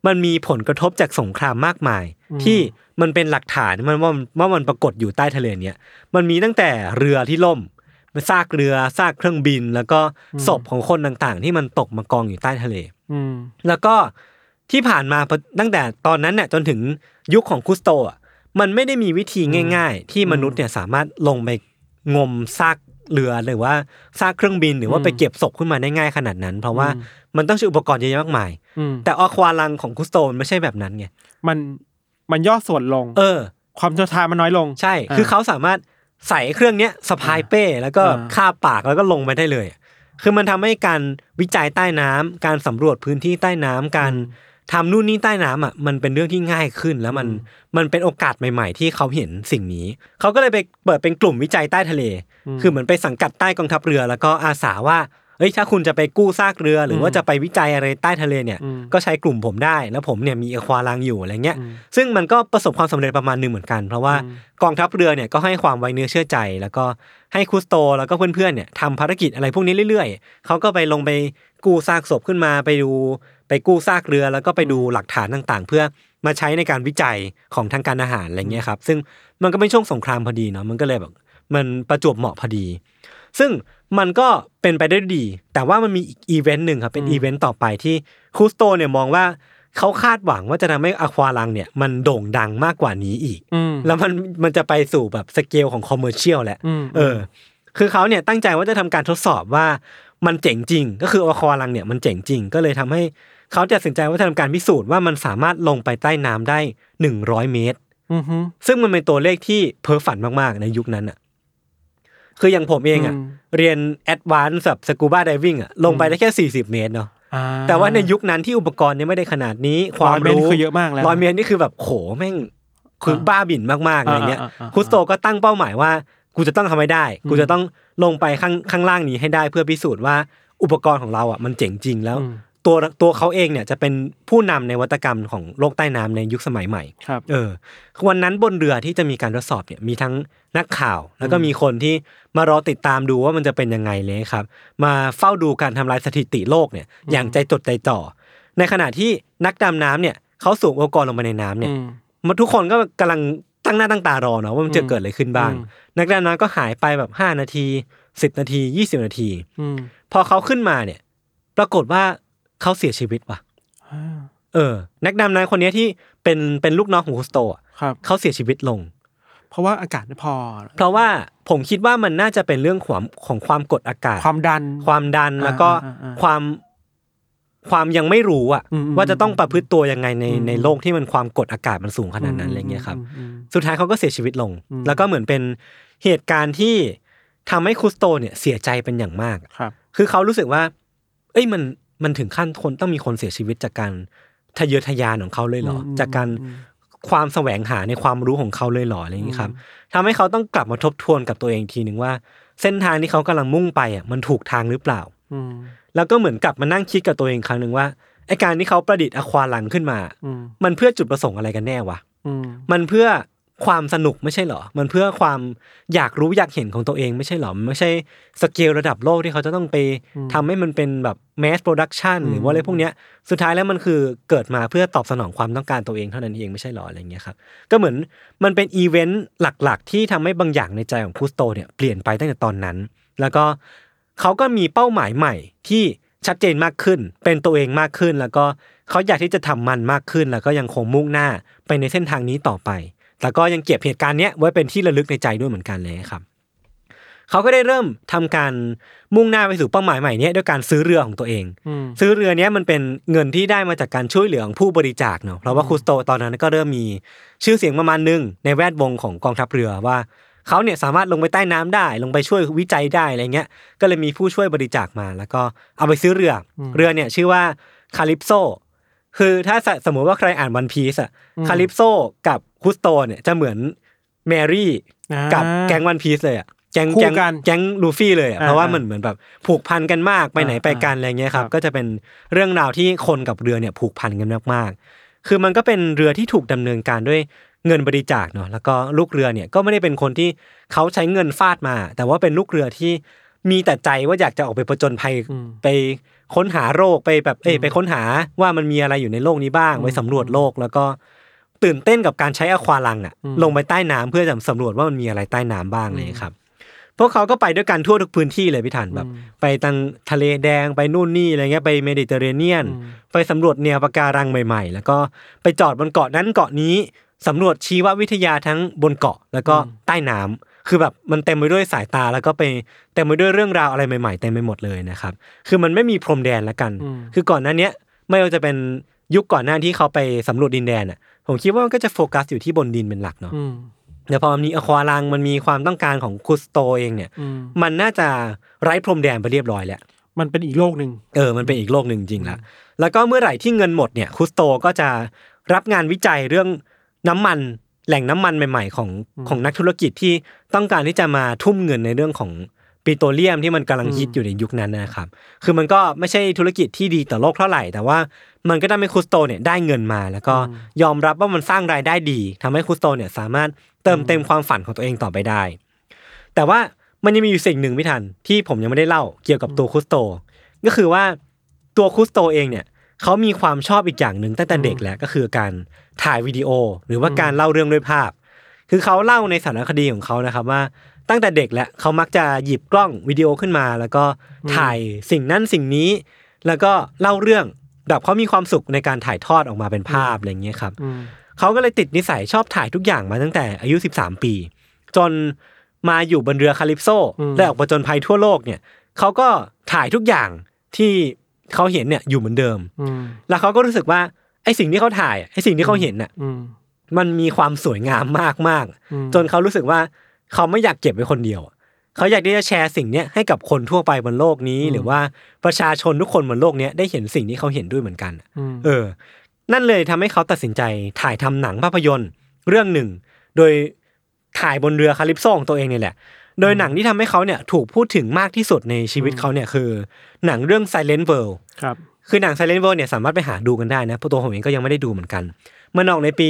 มันมีผลกระทบจากสงครามมากมายที่มันเป็นหลักฐานมันว่ามันปรากฏอยู่ใต้ทะเลเนี้ยมันมีตั้งแต่เรือที่ล่มซากเรือซากเครื่องบินแล้วก็ศพของคนต่างๆที่มันตกมากองอยู่ใต้ทะเลแล้วก็ที่ผ่านมาตั้งแต่ตอนนั้นเนี่ยจนถึงยุคของคุสโตอ่ะมันไม่ได้มีวิธีง่ายๆที่มนุษย์เนี่ยสามารถลงไปงมซากเรือหรือว่าซากเครื่องบินหรือว่าไปเก็บศพขึ้นมาได้ง่ายขนาดนั้นเพราะว่ามันต้องใช้อุปกรณ์เยอะแยะมากมายแต่อควาลังของคุสโตมันไม่ใช่แบบนั้นไงมันย่อส่วนลงความเชี่ยวชาญมันน้อยลงใช่คือเขาสามารถใส่เครื่องเนี้ยสะพายเป้แล้วก็คาบปากแล้วก็ลงไปได้เลยคือมันทำให้การวิจัยใต้น้ำการสำรวจพื้นที่ใต้น้ำการทำนู่นนี่ใต้น้ำอ่ะมันเป็นเรื่องที่ง่ายขึ้นแล้วมันเป็นโอกาสใหม่ๆที่เขาเห็นสิ่งนี้เขาก็เลยไปเปิดเป็นกลุ่มวิจัยใต้ทะเลคือเหมือนไปสังกัดใต้กองทัพเรือแล้วก็อาสาว่าถ้าคุณจะไปกู้ซากเรือหรือว่าจะไปวิจัยอะไรใต้ทะเลเนี่ยก็ใช้กลุ่มผมได้แล้วผมเนี่ยมีอควาลังอยู่อะไรเงี้ยซึ่งมันก็ประสบความสำเร็จประมาณนึงเหมือนกันเพราะว่ากองทัพเรือเนี่ยก็ให้ความไว้เนื้อเชื่อใจแล้วก็ให้คุสโตแล้วก็เพื่อนๆเนี่ยทำภารกิจอะไรพวกนี้เรื่อยๆเขาก็ไปลงไปกู้ซากศพขึ้นมาไปกู้ซากเรือแล้วก็ไปดูหลักฐานต่างๆเพื่อมาใช้ในการวิจัยของทางการอาหารอะไรเงี้ยครับซึ่งมันก็เป็นช่วงสงครามพอดีเนาะมันก็เลยแบบมันประจวบเหมาะพอดีซึ่งมันก็เป็นไปได้ดีแต่ว่ามันมีอีกอีเวนต์นึงครับเป็นอีเวนต์ต่อไปที่คุสโตเนี่ยมองว่าเขาคาดหวังว่าจะทำให้อควาลังเนี่ยมันโด่งดังมากกว่านี้อีกแล้วมันจะไปสู่แบบสเกลของคอมเมอร์เชียลแหละคือเขาเนี่ยตั้งใจว่าจะทำการทดสอบว่ามันเจ๋งจริงก็คืออควาลังเนี่ยมันเจ๋งจริงก็เลยทำให้เขาตัดสินใจว่าจะทำการพิสูจน์ว่ามันสามารถลงไปใต้น้ำได้100 เมตรซึ่งมันเป็นตัวเลขที่เพ้อฝันมากๆในยุคนั้นอ่ะคืออย่างผมเองอ่ะเรียนแอดวานซ์แบบสกูบ้าไดวิ่งอ่ะลงไปได้แค่40 เมตรเนาะแต่ว่าในยุคนั้นที่อุปกรณ์ยังไม่ได้ขนาดนี้ความรู้คือเยอะมากแล้ว 100 เมตรนี่คือแบบโหแม่งคือบ้าบิ่นมากๆอะไรเงี้ยคุสโตก็ตั้งเป้าหมายว่ากูจะต้องทำให้ได้กูจะต้องลงไปข้างล่างนี้ให้ได้เพื่อพิสูจน์ว่าอุปกรณ์ของเราอ่ะมันเจ๋งจริงแล้วตัวเขาเองเนี่ยจะเป็นผู้นำในวัตกรรมของโลกใต้น้ำในยุคสมัยใหม่วันนั้นบนเรือที่จะมีการทดสอบเนี่ยมีทั้งนักข่าวแล้วก็มีคนที่มารอติดตามดูว่ามันจะเป็นยังไงเลยครับมาเฝ้าดูการทำลายสถิติโลกเนี่ยอย่างใจจดใจจ่อในขณะที่นักดำน้ำเนี่ยเขาสูบอุปกรณ์ลงไปในน้ำเนี่ยทุกคนก็กำลังตั้งหน้าตั้งตารอเนาะว่ามันจะเกิดอะไรขึ้นบ้างนักดำน้ำก็หายไปแบบ5 นาที10 นาที20 นาทีพอเขาขึ้นมาเนี่ยปรากฏว่าเขาเสียชีวิตว่ะนักดำน้ำคนนี้ที่เป็นลูกน้องของคุสโตเขาเสียชีวิตลงเพราะว่าอากาศไม่พอเพราะว่าผมคิดว่ามันน่าจะเป็นเรื่องของความกดอากาศความดันแล้วก็ความยังไม่รู้อ่ะว่าจะต้องประพฤติตัวยังไงในโลกที่มันความกดอากาศมันสูงขนาดนั้นอะไรเงี้ยครับสุดท้ายเขาก็เสียชีวิตลงแล้วก็เหมือนเป็นเหตุการณ์ที่ทำให้คุสโตเนี่ยเสียใจเป็นอย่างมากคือเขารู้สึกว่ามันถึงขั้นคนต้องมีคนเสียชีวิตจากการทะเยอทะยานของเขาเลยเหรอจากการความแสวงหาในความรู้ของเขาเลยเหรออะไรอย่างนี้ครับทำให้เขาต้องกลับมาทบทวนกับตัวเองทีนึงว่าเส้นทางที่เขากำลังมุ่งไปอ่ะมันถูกทางหรือเปล่าแล้วก็เหมือนกลับมานั่งคิดกับตัวเองครั้งนึงว่าไอ้การที่เขาประดิษฐ์อควาลังขึ้นมามันเพื่อจุดประสงค์อะไรกันแน่วะมันเพื่อความสนุกไม่ใช่เหรอมันเพื่อความอยากรู้อยากเห็นของตัวเองไม่ใช่เหรอมันไม่ใช่สเกลระดับโลกที่เขาจะต้องไปทำให้มันเป็นแบบแมสโปรดักชันหรือว่าอะไรพวกเนี้ยสุดท้ายแล้วมันคือเกิดมาเพื่อตอบสนองความต้องการตัวเองเท่านั้นเองไม่ใช่เหรออะไรเงี้ยครับก็เหมือนมันเป็นอีเวนต์หลักๆที่ทำให้บางอย่างในใจของคุสโตเนี่ยเปลี่ยนไปตั้งแต่ตอนนั้นแล้วก็เขาก็มีเป้าหมายใหม่ที่ชัดเจนมากขึ้นเป็นตัวเองมากขึ้นแล้วก็เขาอยากที่จะทำมันมากขึ้นแล้วก็ยังคงมุ่งหน้าไปในเส้นทางนี้ต่อไปแล้วก็ยังเก็บเหตุการณ์นี้ไว้เป็นที่ระลึกในใจด้วยเหมือนกันเลยครับเขาก็ได้เริ่มทำการมุ่งหน้าไปสู่เป้าหมายใหม่นี้ด้วยการซื้อเรือของตัวเองซื้อเรือนี้มันเป็นเงินที่ได้มาจากการช่วยเหลือของผู้บริจาคเนาะเพราะว่าคุสโตตอนนั้นก็เริ่มมีชื่อเสียงประมาณนึงในแวดวงของกองทัพเรือว่าเขาเนี่ยสามารถลงไปใต้น้ำได้ลงไปช่วยวิจัยได้อะไรเงี้ยก็เลยมีผู้ช่วยบริจาคมาแล้วก็เอาไปซื้อเรือเนี่ยชื่อว่าคาลิปโซคือถ้าสมมติว่าใครอ่านวันพีซอ่ะคาลิปโซกับคุสโตเนี่ยจะเหมือนแมรี่กับแก๊งวันพีซเลยอ่ะแก๊งลูฟี่เลยอ่ะเพราะว่ามันเหมือนแบบผูกพันกันมากไปไหนไปกันอะไรเงี้ยครับก็จะเป็นเรื่องราวที่คนกับเรือเนี่ยผูกพันกันมากๆคือมันก็เป็นเรือที่ถูกดำเนินการด้วยเงินบริจาคเนาะแล้วก็ลูกเรือเนี่ยก็ไม่ได้เป็นคนที่เขาใช้เงินฟาดมาแต่ว่าเป็นลูกเรือที่มีแต่ใจว่าอยากจะออกไปผจญภัยไปค้นหาโรคไปแบบไปค้นหาว่ามันมีอะไรอยู่ในโลกนี้บ้างไปสำรวจโลกแล้วก็ตื่นเต้นกับการใช้อควาลังอ่ะลงไปใต้น้ำเพื่อจะสำรวจว่ามันมีอะไรใต้น้ำบ้างเลยครับพวกเขาก็ไปด้วยกันทั่วทุกพื้นที่เลยพี่ทันแบบไปทางทะเลแดงไปนู่นนี่อะไรเงี้ยไปเมดิเตอร์เรเนียนไปสำรวจแนวปะการังใหม่ๆแล้วก็ไปจอดบนเกาะนั้นเกาะนี้สำรวจชีววิทยาทั้งบนเกาะแล้วก็ใต้น้ำคือแบบมันเต็มไปด้วยสายตาแล้วก็ไปเต็มไปด้วยเรื่องราวอะไรใหม่ๆเต็มไปหมดเลยนะครับคือมันไม่มีพรมแดนละกันคือก่อนหน้านี้ไม่ว่าจะเป็นยุคก่อนหน้าที่เขาไปสำรวจดินแดนอ่ะผมคิดว่ามันก็จะโฟกัสอยู่ที่บนดินเป็นหลักเนาะแต่พอมีอควาลังมันมีความต้องการของคุสโตเองเนี่ยมันน่าจะไร้พรมแดนไปเรียบร้อยแล้วมันเป็นอีกโลกนึงมันเป็นอีกโลกนึงจริงละแล้วก็เมื่อไหร่ที่เงินหมดเนี่ยคุสโตก็จะรับงานวิจัยเรื่องน้ำมันแหล่งน้ำมันใหม่ๆของนักธุรกิจที่ต้องการที่จะมาทุ่มเงินในเรื่องของปิโตรเลียมที่มันกำลังฮิตอยู่ในยุคนั้นนะครับคือมันก็ไม่ใช่ธุรกิจที่ดีต่อโลกเท่าไหร่แต่ว่ามันก็ทำให้คุสโตเนี่ยได้เงินมาแล้วก็ยอมรับว่ามันสร้างรายได้ดีทำให้คุสโตเนี่ยสามารถเติมเต็มความฝันของตัวเองต่อไปได้แต่ว่ามันยังมีอยู่สิ่งหนึ่งพี่ทันที่ผมยังไม่ได้เล่าเกี่ยวกับตัวคุสโตก็คือว่าตัวคุสโตเองเนี่ยเขามีความชอบอีกอย่างหนึ่งตั้งแต่เด็กแล้วก็คือการถ่ายวิดีโอหรือว่าการเล่าเรื่องด้วยภาพคือเขาเล่าในสารคดีของเขานะครับว่าตั้งแต่เด็กแล้วเขามักจะหยิบกล้องวิดีโอขึ้นมาแล้วก็ถ่ายสิ่งนั้นสิ่งนี้แล้วก็เล่าเรื่องแบบเขามีความสุขในการถ่ายทอดออกมาเป็นภาพอะไรอย่างเงี้ยครับเขาก็เลยติดนิสัยชอบถ่ายทุกอย่างมาตั้งแต่อายุ13ปีจนมาอยู่บนเรือคาลิปโซและออกผจญภัยทั่วโลกเนี่ยเขาก็ถ่ายทุกอย่างที่เขาเห็นเนี่ยอยู่เหมือนเดิมแล้วเขาก็รู้สึกว่าไอ้สิ่งที่เขาถ่ายไอ้สิ่งที่เขาเห็นน่ะมันมีความสวยงามมากๆจนเขารู้สึกว่าเขาไม่อยากเก็บไว้คนเดียวเขาอยากที่จะแชร์สิ่งนี้ให้กับคนทั่วไปบนโลกนี้หรือว่าประชาชนทุกคนบนโลกนี้ได้เห็นสิ่งที่เขาเห็นด้วยเหมือนกันนั่นเลยทำให้เขาตัดสินใจถ่ายทำหนังภาพยนตร์เรื่องหนึ่งโดยถ่ายบนเรือคาลิปโซของตัวเองนี่แหละโดยหนังที่ทำให้เขาเนี่ยถูกพูดถึงมากที่สุดในชีวิตเขาเนี่ยคือหนังเรื่อง Silent World ครับคือหนัง Silent World เนี่ยสามารถไปหาดูกันได้นะเพราะตัวผมเองก็ยังไม่ได้ดูเหมือนกันมันออกในปี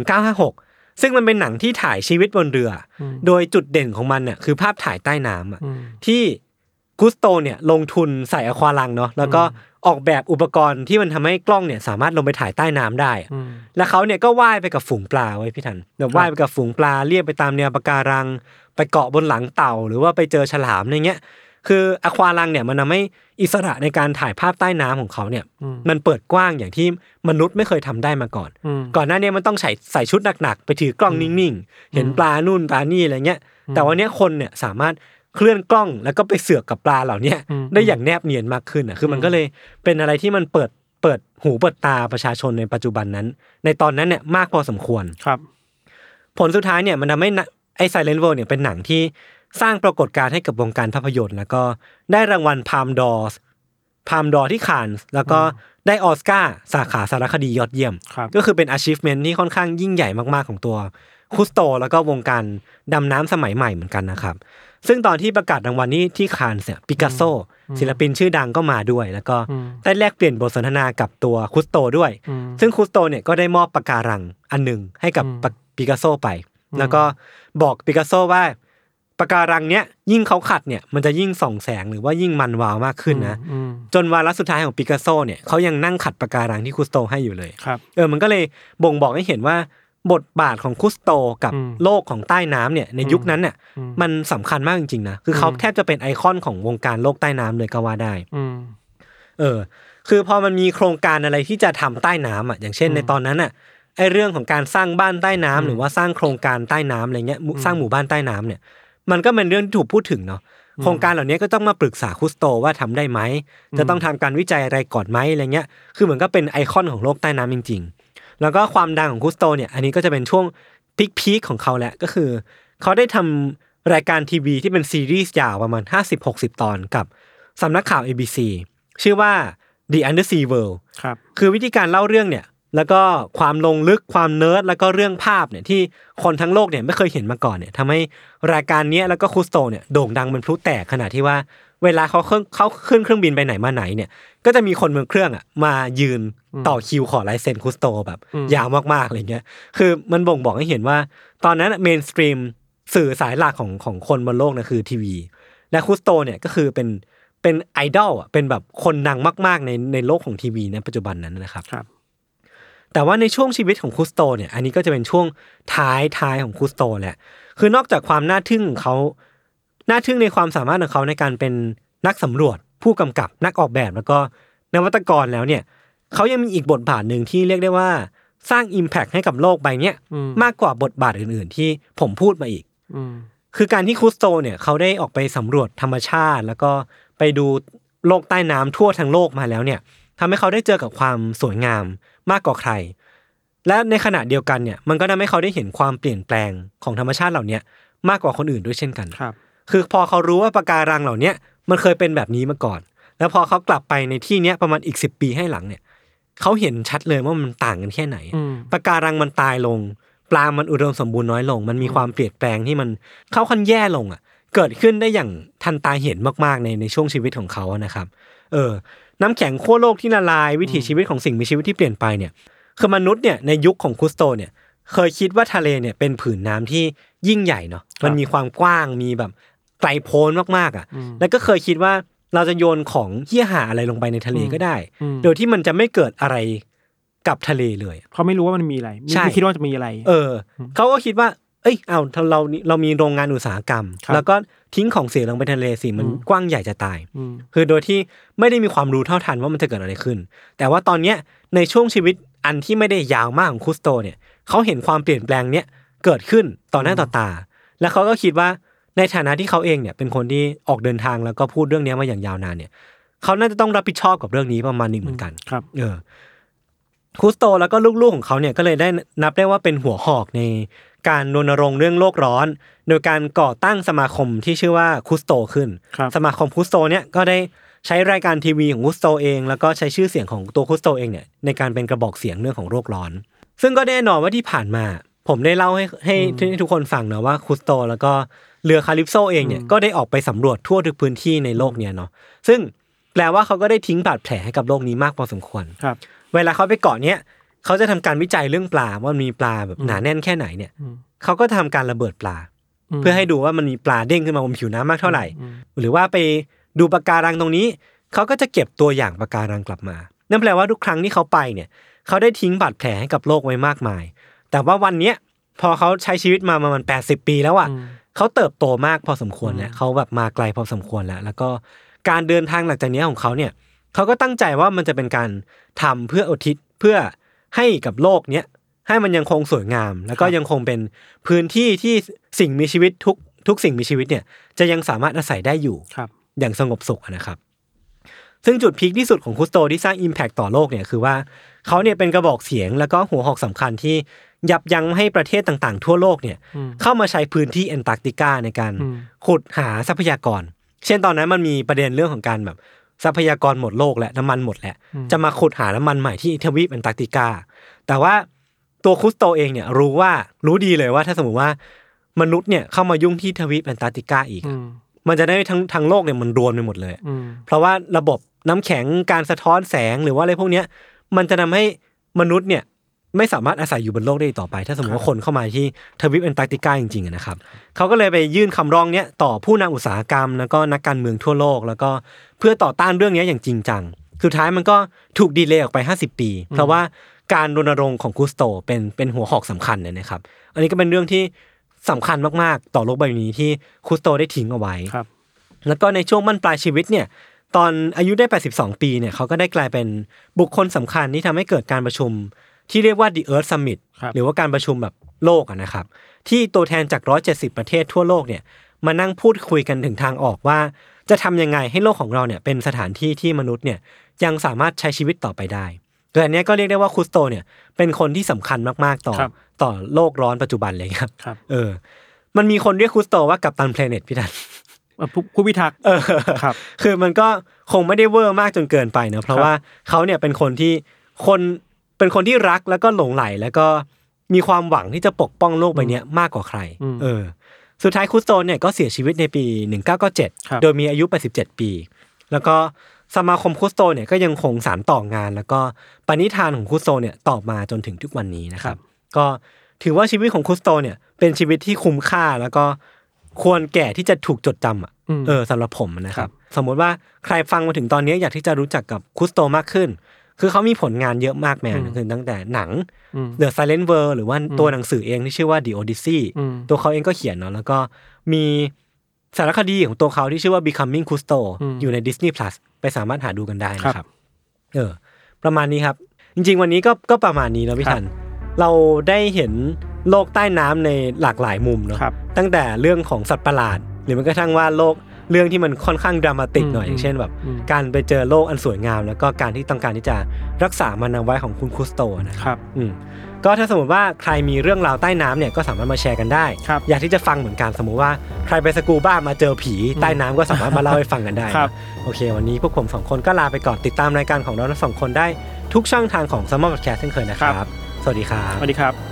1956ซึ่งมันเป็นหนังที่ถ่ายชีวิตบนเรือโดยจุดเด่นของมันเนี่ยคือภาพถ่ายใต้น้ำที่กุสโตเนี่ยลงทุนใส่อควาลังเนาะแล้วก็ออกแบบอุปกรณ์ที่มันทำให้กล้องเนี่ยสามารถลงไปถ่ายใต้น้ำได้แล้วเขาเนี่ยก็ว่ายไปกับฝูงปลาไว้พี่ทันแบบว่ายไปกับฝูงปลาเลียบไปตามแนวปะการังไปเกาะบนหลังเต่าหรือว่าไปเจอฉลามอะไรเงี้ยคืออควาลังเนี่ยมันทำให้อิสระในการถ่ายภาพใต้น้ำของเขาเนี่ยมันเปิดกว้างอย่างที่มนุษย์ไม่เคยทำได้มาก่อนก่อนหน้านี้มันต้องใส่ชุดหนักๆไปถือกล้องนิ่งๆเห็นปลานู่นปลานี่อะไรเงี้ยแต่วันนี้คนเนี่ยสามารถเคลื่อนกล้องแล้วก็ไปเสือกกับปลาเหล่านี้ได้อย่างแนบเนียนมากขึ้นอ่ะคือมันก็เลยเป็นอะไรที่มันเปิดหูเปิดตาประชาชนในปัจจุบันนั้นในตอนนั้นเนี่ยมากพอสมควรครับผลสุดท้ายเนี่ยมันทำให้ไอ้ Silent World เนี่ยเป็นหนังที่สร้างปรากฏการณ์ให้กับวงการภาพยนตร์แล้วก็ได้รางวัลพาล์มดอร์ที่คานส์แล้วก็ได้ออสการ์สาขาสารคดียอดเยี่ยมก็คือเป็น achievement ที่ค่อนข้างยิ่งใหญ่มากๆของตัวคุสโตแล้วก็วงการดำน้ำสมัยใหม่เหมือนกันนะครับซึ่งตอนที่ประกาศรางวัลนี้ที่คานส์เนี่ยปิกัสโซศิลปินชื่อดังก็มาด้วยแล้วก็ได้แลกเปลี่ยนบทสนทนากับตัวคุสโตด้วยซึ่งคุสโตเนี่ยก็ได้มอบปะการังอันนึงให้กับปิกัสโซไปแล้วก็บอกปิกัสโซว่าปะการังเนี้ยยิ่งเขาขัดเนี่ยมันจะยิ่งส่องแสงหรือว่ายิ่งมันวาวมากขึ้นนะจนวาระสุดท้ายของปิกัสโซเนี่ยเขายังนั่งขัดปะการังที่คุสโตให้อยู่เลยมันก็เลยบ่งบอกให้เห็นว่าบทบาทของคุสโตกับโลกของใต้น้ำเนี่ยในยุคนั้นเนี่ยมันสำคัญมากจริงๆนะคือเขาแทบจะเป็นไอคอนของวงการโลกใต้น้ำเลยก็ว่าได้คือพอมันมีโครงการอะไรที่จะทำใต้น้ำอ่ะอย่างเช่นในตอนนั้นอ่ะไอเรื่องของการสร้างบ้านใต้น้ำหรือว่าสร้างโครงการใต้น้ำอะไรเงี้ยสร้างหมู่บ้านใต้น้ำเนี่ยมันก็เป็นเรื่องที่ถูกพูดถึงเนาะโครงการเหล่านี้ก็ต้องมาปรึกษาคุสโตว่าทำได้ไหมจะต้องทำการวิจัยอะไรก่อนไหมอะไรเงี้ยคือเหมือนก็เป็นไอคอนของโลกใต้น้ำจริงๆแล้วก็ความดังของคุสโตเนี่ยอันนี้ก็จะเป็นช่วงพีคของเขาแหละก็คือเขาได้ทำรายการทีวีที่เป็นซีรีส์ยาวประมาณ 50-60 ตอนกับสำนักข่าว ABC ชื่อว่า The Undersea World คือวิธีการเล่าเรื่องเนี่ยแล้วก็ความลงลึกความเนิร์ดแล้วก็เรื่องภาพเนี่ยที่คนทั้งโลกเนี่ยไม่เคยเห็นมาก่อนเนี่ยทำให้รายการนี้แล้วก็คุสโตเนี่ยโด่งดังเป็นพลุแตกขนาดที่ว่าเวลาเขาขึ้นเครื่องบินไปไหนมาไหนเนี่ยก็จะมีคนบนเครื่องอ่ะมายืนต่อคิวขอลายเซ็นคุสโตแบบยาวมากๆอะไรเงี้ยคือมันบ่งบอกให้เห็นว่าตอนนั้นเมนสตรีมสื่อสายหลักของคนบนโลกนะคือทีวีและคุสโตเนี่ยก็คือเป็นไอดอลอ่ะเป็นแบบคนดังมากๆในโลกของทีวีในปัจจุบันนั้นนะครับแต่ว่าในช่วงชีวิตของคุสโตเนี่ยอันนี้ก็จะเป็นช่วงท้ายของคุสโตแหละคือนอกจากความน่าทึ่งของเขาน่าทึ่งในความสามารถของเขาในการเป็นนักสำรวจผู้กำกับนักออกแบบแล้วก็นวัตกรแล้วเนี่ยเขายังมีอีกบทบาทหนึ่งที่เรียกได้ว่าสร้าง impact ให้กับโลกใบนี้มากกว่าบทบาทอื่นๆที่ผมพูดมาอีกคือการที่คุสโตเนี่ยเขาได้ออกไปสำรวจธรรมชาติแล้วก็ไปดูโลกใต้น้ำทั่วทั้งโลกมาแล้วเนี่ยทำให้เขาได้เจอกับความสวยงามมากกว่าใครและในขณะเดียวกันเนี่ยมันก็ทำให้เขาได้เห็นความเปลี่ยนแปลงของธรรมชาติเหล่านี้มากกว่าคนอื่นด้วยเช่นกันคือพอเขารู้ว่าปะการังเหล่านี้มันเคยเป็นแบบนี้มาก่อนแล้วพอเขากลับไปในที่เนี้ยประมาณอีก10 ปีให้หลังเนี่ยเขาเห็นชัดเลยว่ามันต่างกันแค่ไหนปะการังมันตายลงปลามันอุดมสมบูรณ์น้อยลงมันมีความเปลี่ยนแปลงที่มันเข้าขั้นแย่ลงอ่ะเกิดขึ้นได้อย่างทันตาเห็นมากๆในช่วงชีวิตของเขานะครับน้ำแข็งขั้วโลกที่ละลายวิถีชีวิตของสิ่งมีชีวิตที่เปลี่ยนไปเนี่ยคือมนุษย์เนี่ยในยุคของคุสโตเนี่ยเคยคิดว่าทะเลเนี่ยเป็นผืนน้ำที่ยิ่งใหญ่เนาะมันมีความกว้างมีแบบไกลโพ้นมากๆอ่ะแล้วก็เคยคิดว่าเราจะโยนของเหี้ยหาอะไรลงไปในทะเลก็ได้โดยที่มันจะไม่เกิดอะไรกับทะเลเลยเขาไม่รู้ว่ามันมีอะไรไม่คิดว่าจะมีอะไรเขาก็คิดว่าเรามีโรงงานอุตสาหกรรมแล้วก็ทิ้งของเสียลงไปทะเลสิมันกว้างใหญ่จะตายคือโดยที่ไม่ได้มีความรู้เท่าทันว่ามันจะเกิดอะไรขึ้นแต่ว่าตอนเนี้ยในช่วงชีวิตอันที่ไม่ได้ยาวมากของคุสโตเนี่ยเขาเห็นความเปลี่ยนแปลงเนี้ยเกิดขึ้นต่อหน้าต่อตาแล้วเขาก็คิดว่าในฐานะที่เขาเองเนี่ยเป็นคนที่ออกเดินทางแล้วก็พูดเรื่องนี้มาอย่างยาวนานเนี่ยเขาน่าจะต้องรับผิดชอบกับเรื่องนี้ประมาณนึงเหมือนกันครับคุสโตแล้วก็ลูกๆของเขาเนี่ยก็เลยได้นับได้ว่าเป็นหัวหอกในการรณรงค์เรื่องโลกร้อนโดยการก่อตั้งสมาคมที่ชื่อว่าคุสโตขึ้นสมาคมคุสโตเนี่ยก็ได้ใช้รายการทีวีของคุสโตเองแล้วก็ใช้ชื่อเสียงของตัวคุสโตเองเนี่ยในการเป็นกระบอกเสียงเรื่องของโลกร้อนซึ่งก็แน่นอนว่าที่ผ่านมาผมได้เล่าให้ทุกคนฟังนะว่าคุสโตแล้วก็เรือคาลิปโซเองเนี่ยก็ได้ออกไปสำรวจทั่วทุกพื้นที่ในโลกเนี่ยเนาะซึ่งแปลว่าเขาก็ได้ทิ้งบาดแผลให้กับโลกนี้มากพอสมควรเวลาเขาไปเกาะเนี้ยเขาจะทำการวิจัยเรื่องปลาว่ามีปลาแบบหนาแน่นแค่ไหนเนี่ยเขาก็ทำการระเบิดปลาเพื่อให้ดูว่ามันมีปลาเด้งขึ้นมาบนผิวน้ำมากเท่าไหร่หรือว่าไปดูปะการังตรงนี้เขาก็จะเก็บตัวอย่างปะการังกลับมานั่นแปลว่าทุกครั้งที่เขาไปเนี่ยเขาได้ทิ้งบาดแผลให้กับโลกไว้มากมายแต่ว่าวันเนี้ยพอเขาใช้ชีวิตมาประมาณ80 ปีแล้วอ่ะเขาเติบโตมากพอสมควรแล้วเขาแบบมาไกลพอสมควรแล้วก็การเดินทางหลังจากนี้ของเขาเนี่ยเขาก็ตั้งใจว่ามันจะเป็นการทำเพื่ออุทิศเพื่อให้กับโลกเนี้ยให้มันยังคงสวยงามแล้วก็ยังคงเป็นพื้นที่ที่สิ่งมีชีวิตทุกสิ่งมีชีวิตเนี่ยจะยังสามารถอาศัยได้อยู่อย่างสงบสุขนะครับซึ่งจุดพีคที่สุดของคุสโตที่สร้าง impact ต่อโลกเนี่ยคือว่าเขาเนี่ยเป็นกระบอกเสียงแล้วก็หัวหอกสำคัญที่ยับยั้งให้ประเทศต่างๆทั่วโลกเนี่ยเข้ามาใช้พื้นที่แอนตาร์กติกาในการขุดหาทรัพยากรเช่นตอนนั้นมันมีประเด็นเรื่องของการแบบทรัพยากรหมดโลกและน้ำมันหมดแล้วจะมาขุดหาน้ำมันใหม่ที่ทวีปแอนตาร์กติกาแต่ว่าตัวคุสโตเองเนี่ยรู้ดีเลยว่าถ้าสมมติว่ามนุษย์เนี่ยเข้ามายุ่งที่ทวีปแอนตาร์กติกาอีกมันจะได้ทั้งโลกเนี่ยมันรวนไปหมดเลยเพราะว่าระบบน้ำแข็งการสะท้อนแสงหรือว่าอะไรพวกเนี้ยมันจะทำให้มนุษย์เนี่ยไม่สามารถอาศัยอยู่บนโลกได้ต่อไปถ้าสมมติว่าคนเข้ามาที่ทวีปแอนตาร์กติกาจริงๆนะครับเขาก็เลยไปยื่นคำร้องเนี้ยต่อผู้นำอุตสาหกรรมแล้วก็นักการเมืองทั่วโลกแล้วก็เพื่อต่อต้านเรื่องนี้อย่างจริงจังสุดท้ายมันก็ถูกดีเลย์ออกไป50 ปีเพราะว่าการรณรงค์ของคุสโตเป็นหัวหอกสำคัญเนี่ยนะครับอันนี้ก็เป็นเรื่องที่สำคัญมากๆต่อโลกใบนี้ที่คุสโตได้ทิ้งเอาไว้แล้วก็ในช่วงบั้นปลายชีวิตเนี่ยตอนอายุได้82 ปีเนี่ยเขาก็ได้กลายเป็นบุคคลสำคัญที่ทำให้เกิดการประชุมที่เรียกว่า The Earth Summit หรือว่าการประชุมแบบโลกนะครับที่ตัวแทนจาก170ประเทศทั่วโลกเนี่ยมานั่งพูดคุยกันถึงทางออกว่าจะทำยังไงให้โลกของเราเนี่ยเป็นสถานที่ที่มนุษย์เนี่ยยังสามารถใช้ชีวิตต่อไปได้โดยอันนี้ก็เรียกได้ว่าคุสโตเนี่ยเป็นคนที่สำคัญมากๆต่อโลกร้อนปัจจุบันเลยครับมันมีคนเรียกคุสโตว่ากัปตันเพลเน็ตพี่ทันผู้พิทักษ์ครับคือมันก็คงไม่ได้เวอร์มากจนเกินไปนะเพราะว่าเขาเนี่ยเป็นคนที่รักแล้วก็หลงใหลแล้วก็มีความหวังที่จะปกป้องโลกใบนี้มากกว่าใครสุดท้ายคุสโตเนี่ยก็เสียชีวิตในปี1997โดยมีอายุ87 ปีแล้วก็สมาคมคุสโตเนี่ยก็ยังคงสานต่องานแล้วก็ปณิธานของคุสโตเนี่ยต่อมาจนถึงทุกวันนี้นะครับก็ถือว่าชีวิตของคุสโตเนี่ยเป็นชีวิตที่คุ้มค่าแล้วก็ควรแก่ที่จะถูกจดจำอ่ะสำหรับผมนะครับสมมติว่าใครฟังมาถึงตอนนี้อยากที่จะรู้จักกับคุสโตมากขึ้นคือเขามีผลงานเยอะมากแม่คือตั้งแต่หนัง The Silent World หรือว่าตัวหนังสือเองที่ชื่อว่า The Odyssey ตัวเขาเองก็เขียนเนาะแล้วก็มีสารคดีของตัวเขาที่ชื่อว่า Becoming Cousteau อยู่ใน Disney Plus ไปสามารถหาดูกันได้นะครับประมาณนี้ครับจริงๆวันนี้ก็ประมาณนี้แล้วพี่ทันเราได้เห็นโลกใต้น้ำในหลากหลายมุมเนาะตั้งแต่เรื่องของสัตว์ประหลาดหรือแม้กระทั่งว่าโลกเรื่องที่มันค่อนข้างดรามาติกหน่อยอย่างเช่นแบบการไปเจอโลกอันสวยงามแล้วก็การที่ต้องการที่จะรักษามันเอาไว้ของคุณคุสโตนะครับก็ถ้าสมมติว่าใครมีเรื่องราวใต้น้ำเนี่ยก็สามารถมาแชร์กันได้อยากที่จะฟังเหมือนกันสมมติว่าใครไปสกูบ้ามาเจอผีใต้น้ำก็สามารถมาเล่าให้ฟังกันได้โอเควันนี้พวกผม2คนก็ลาไปก่อนติดตามรายการของเราทั้ง2คนได้ทุกช่องทางของ Salmon Podcast เช่นเคยนะครับสวัสดีครับ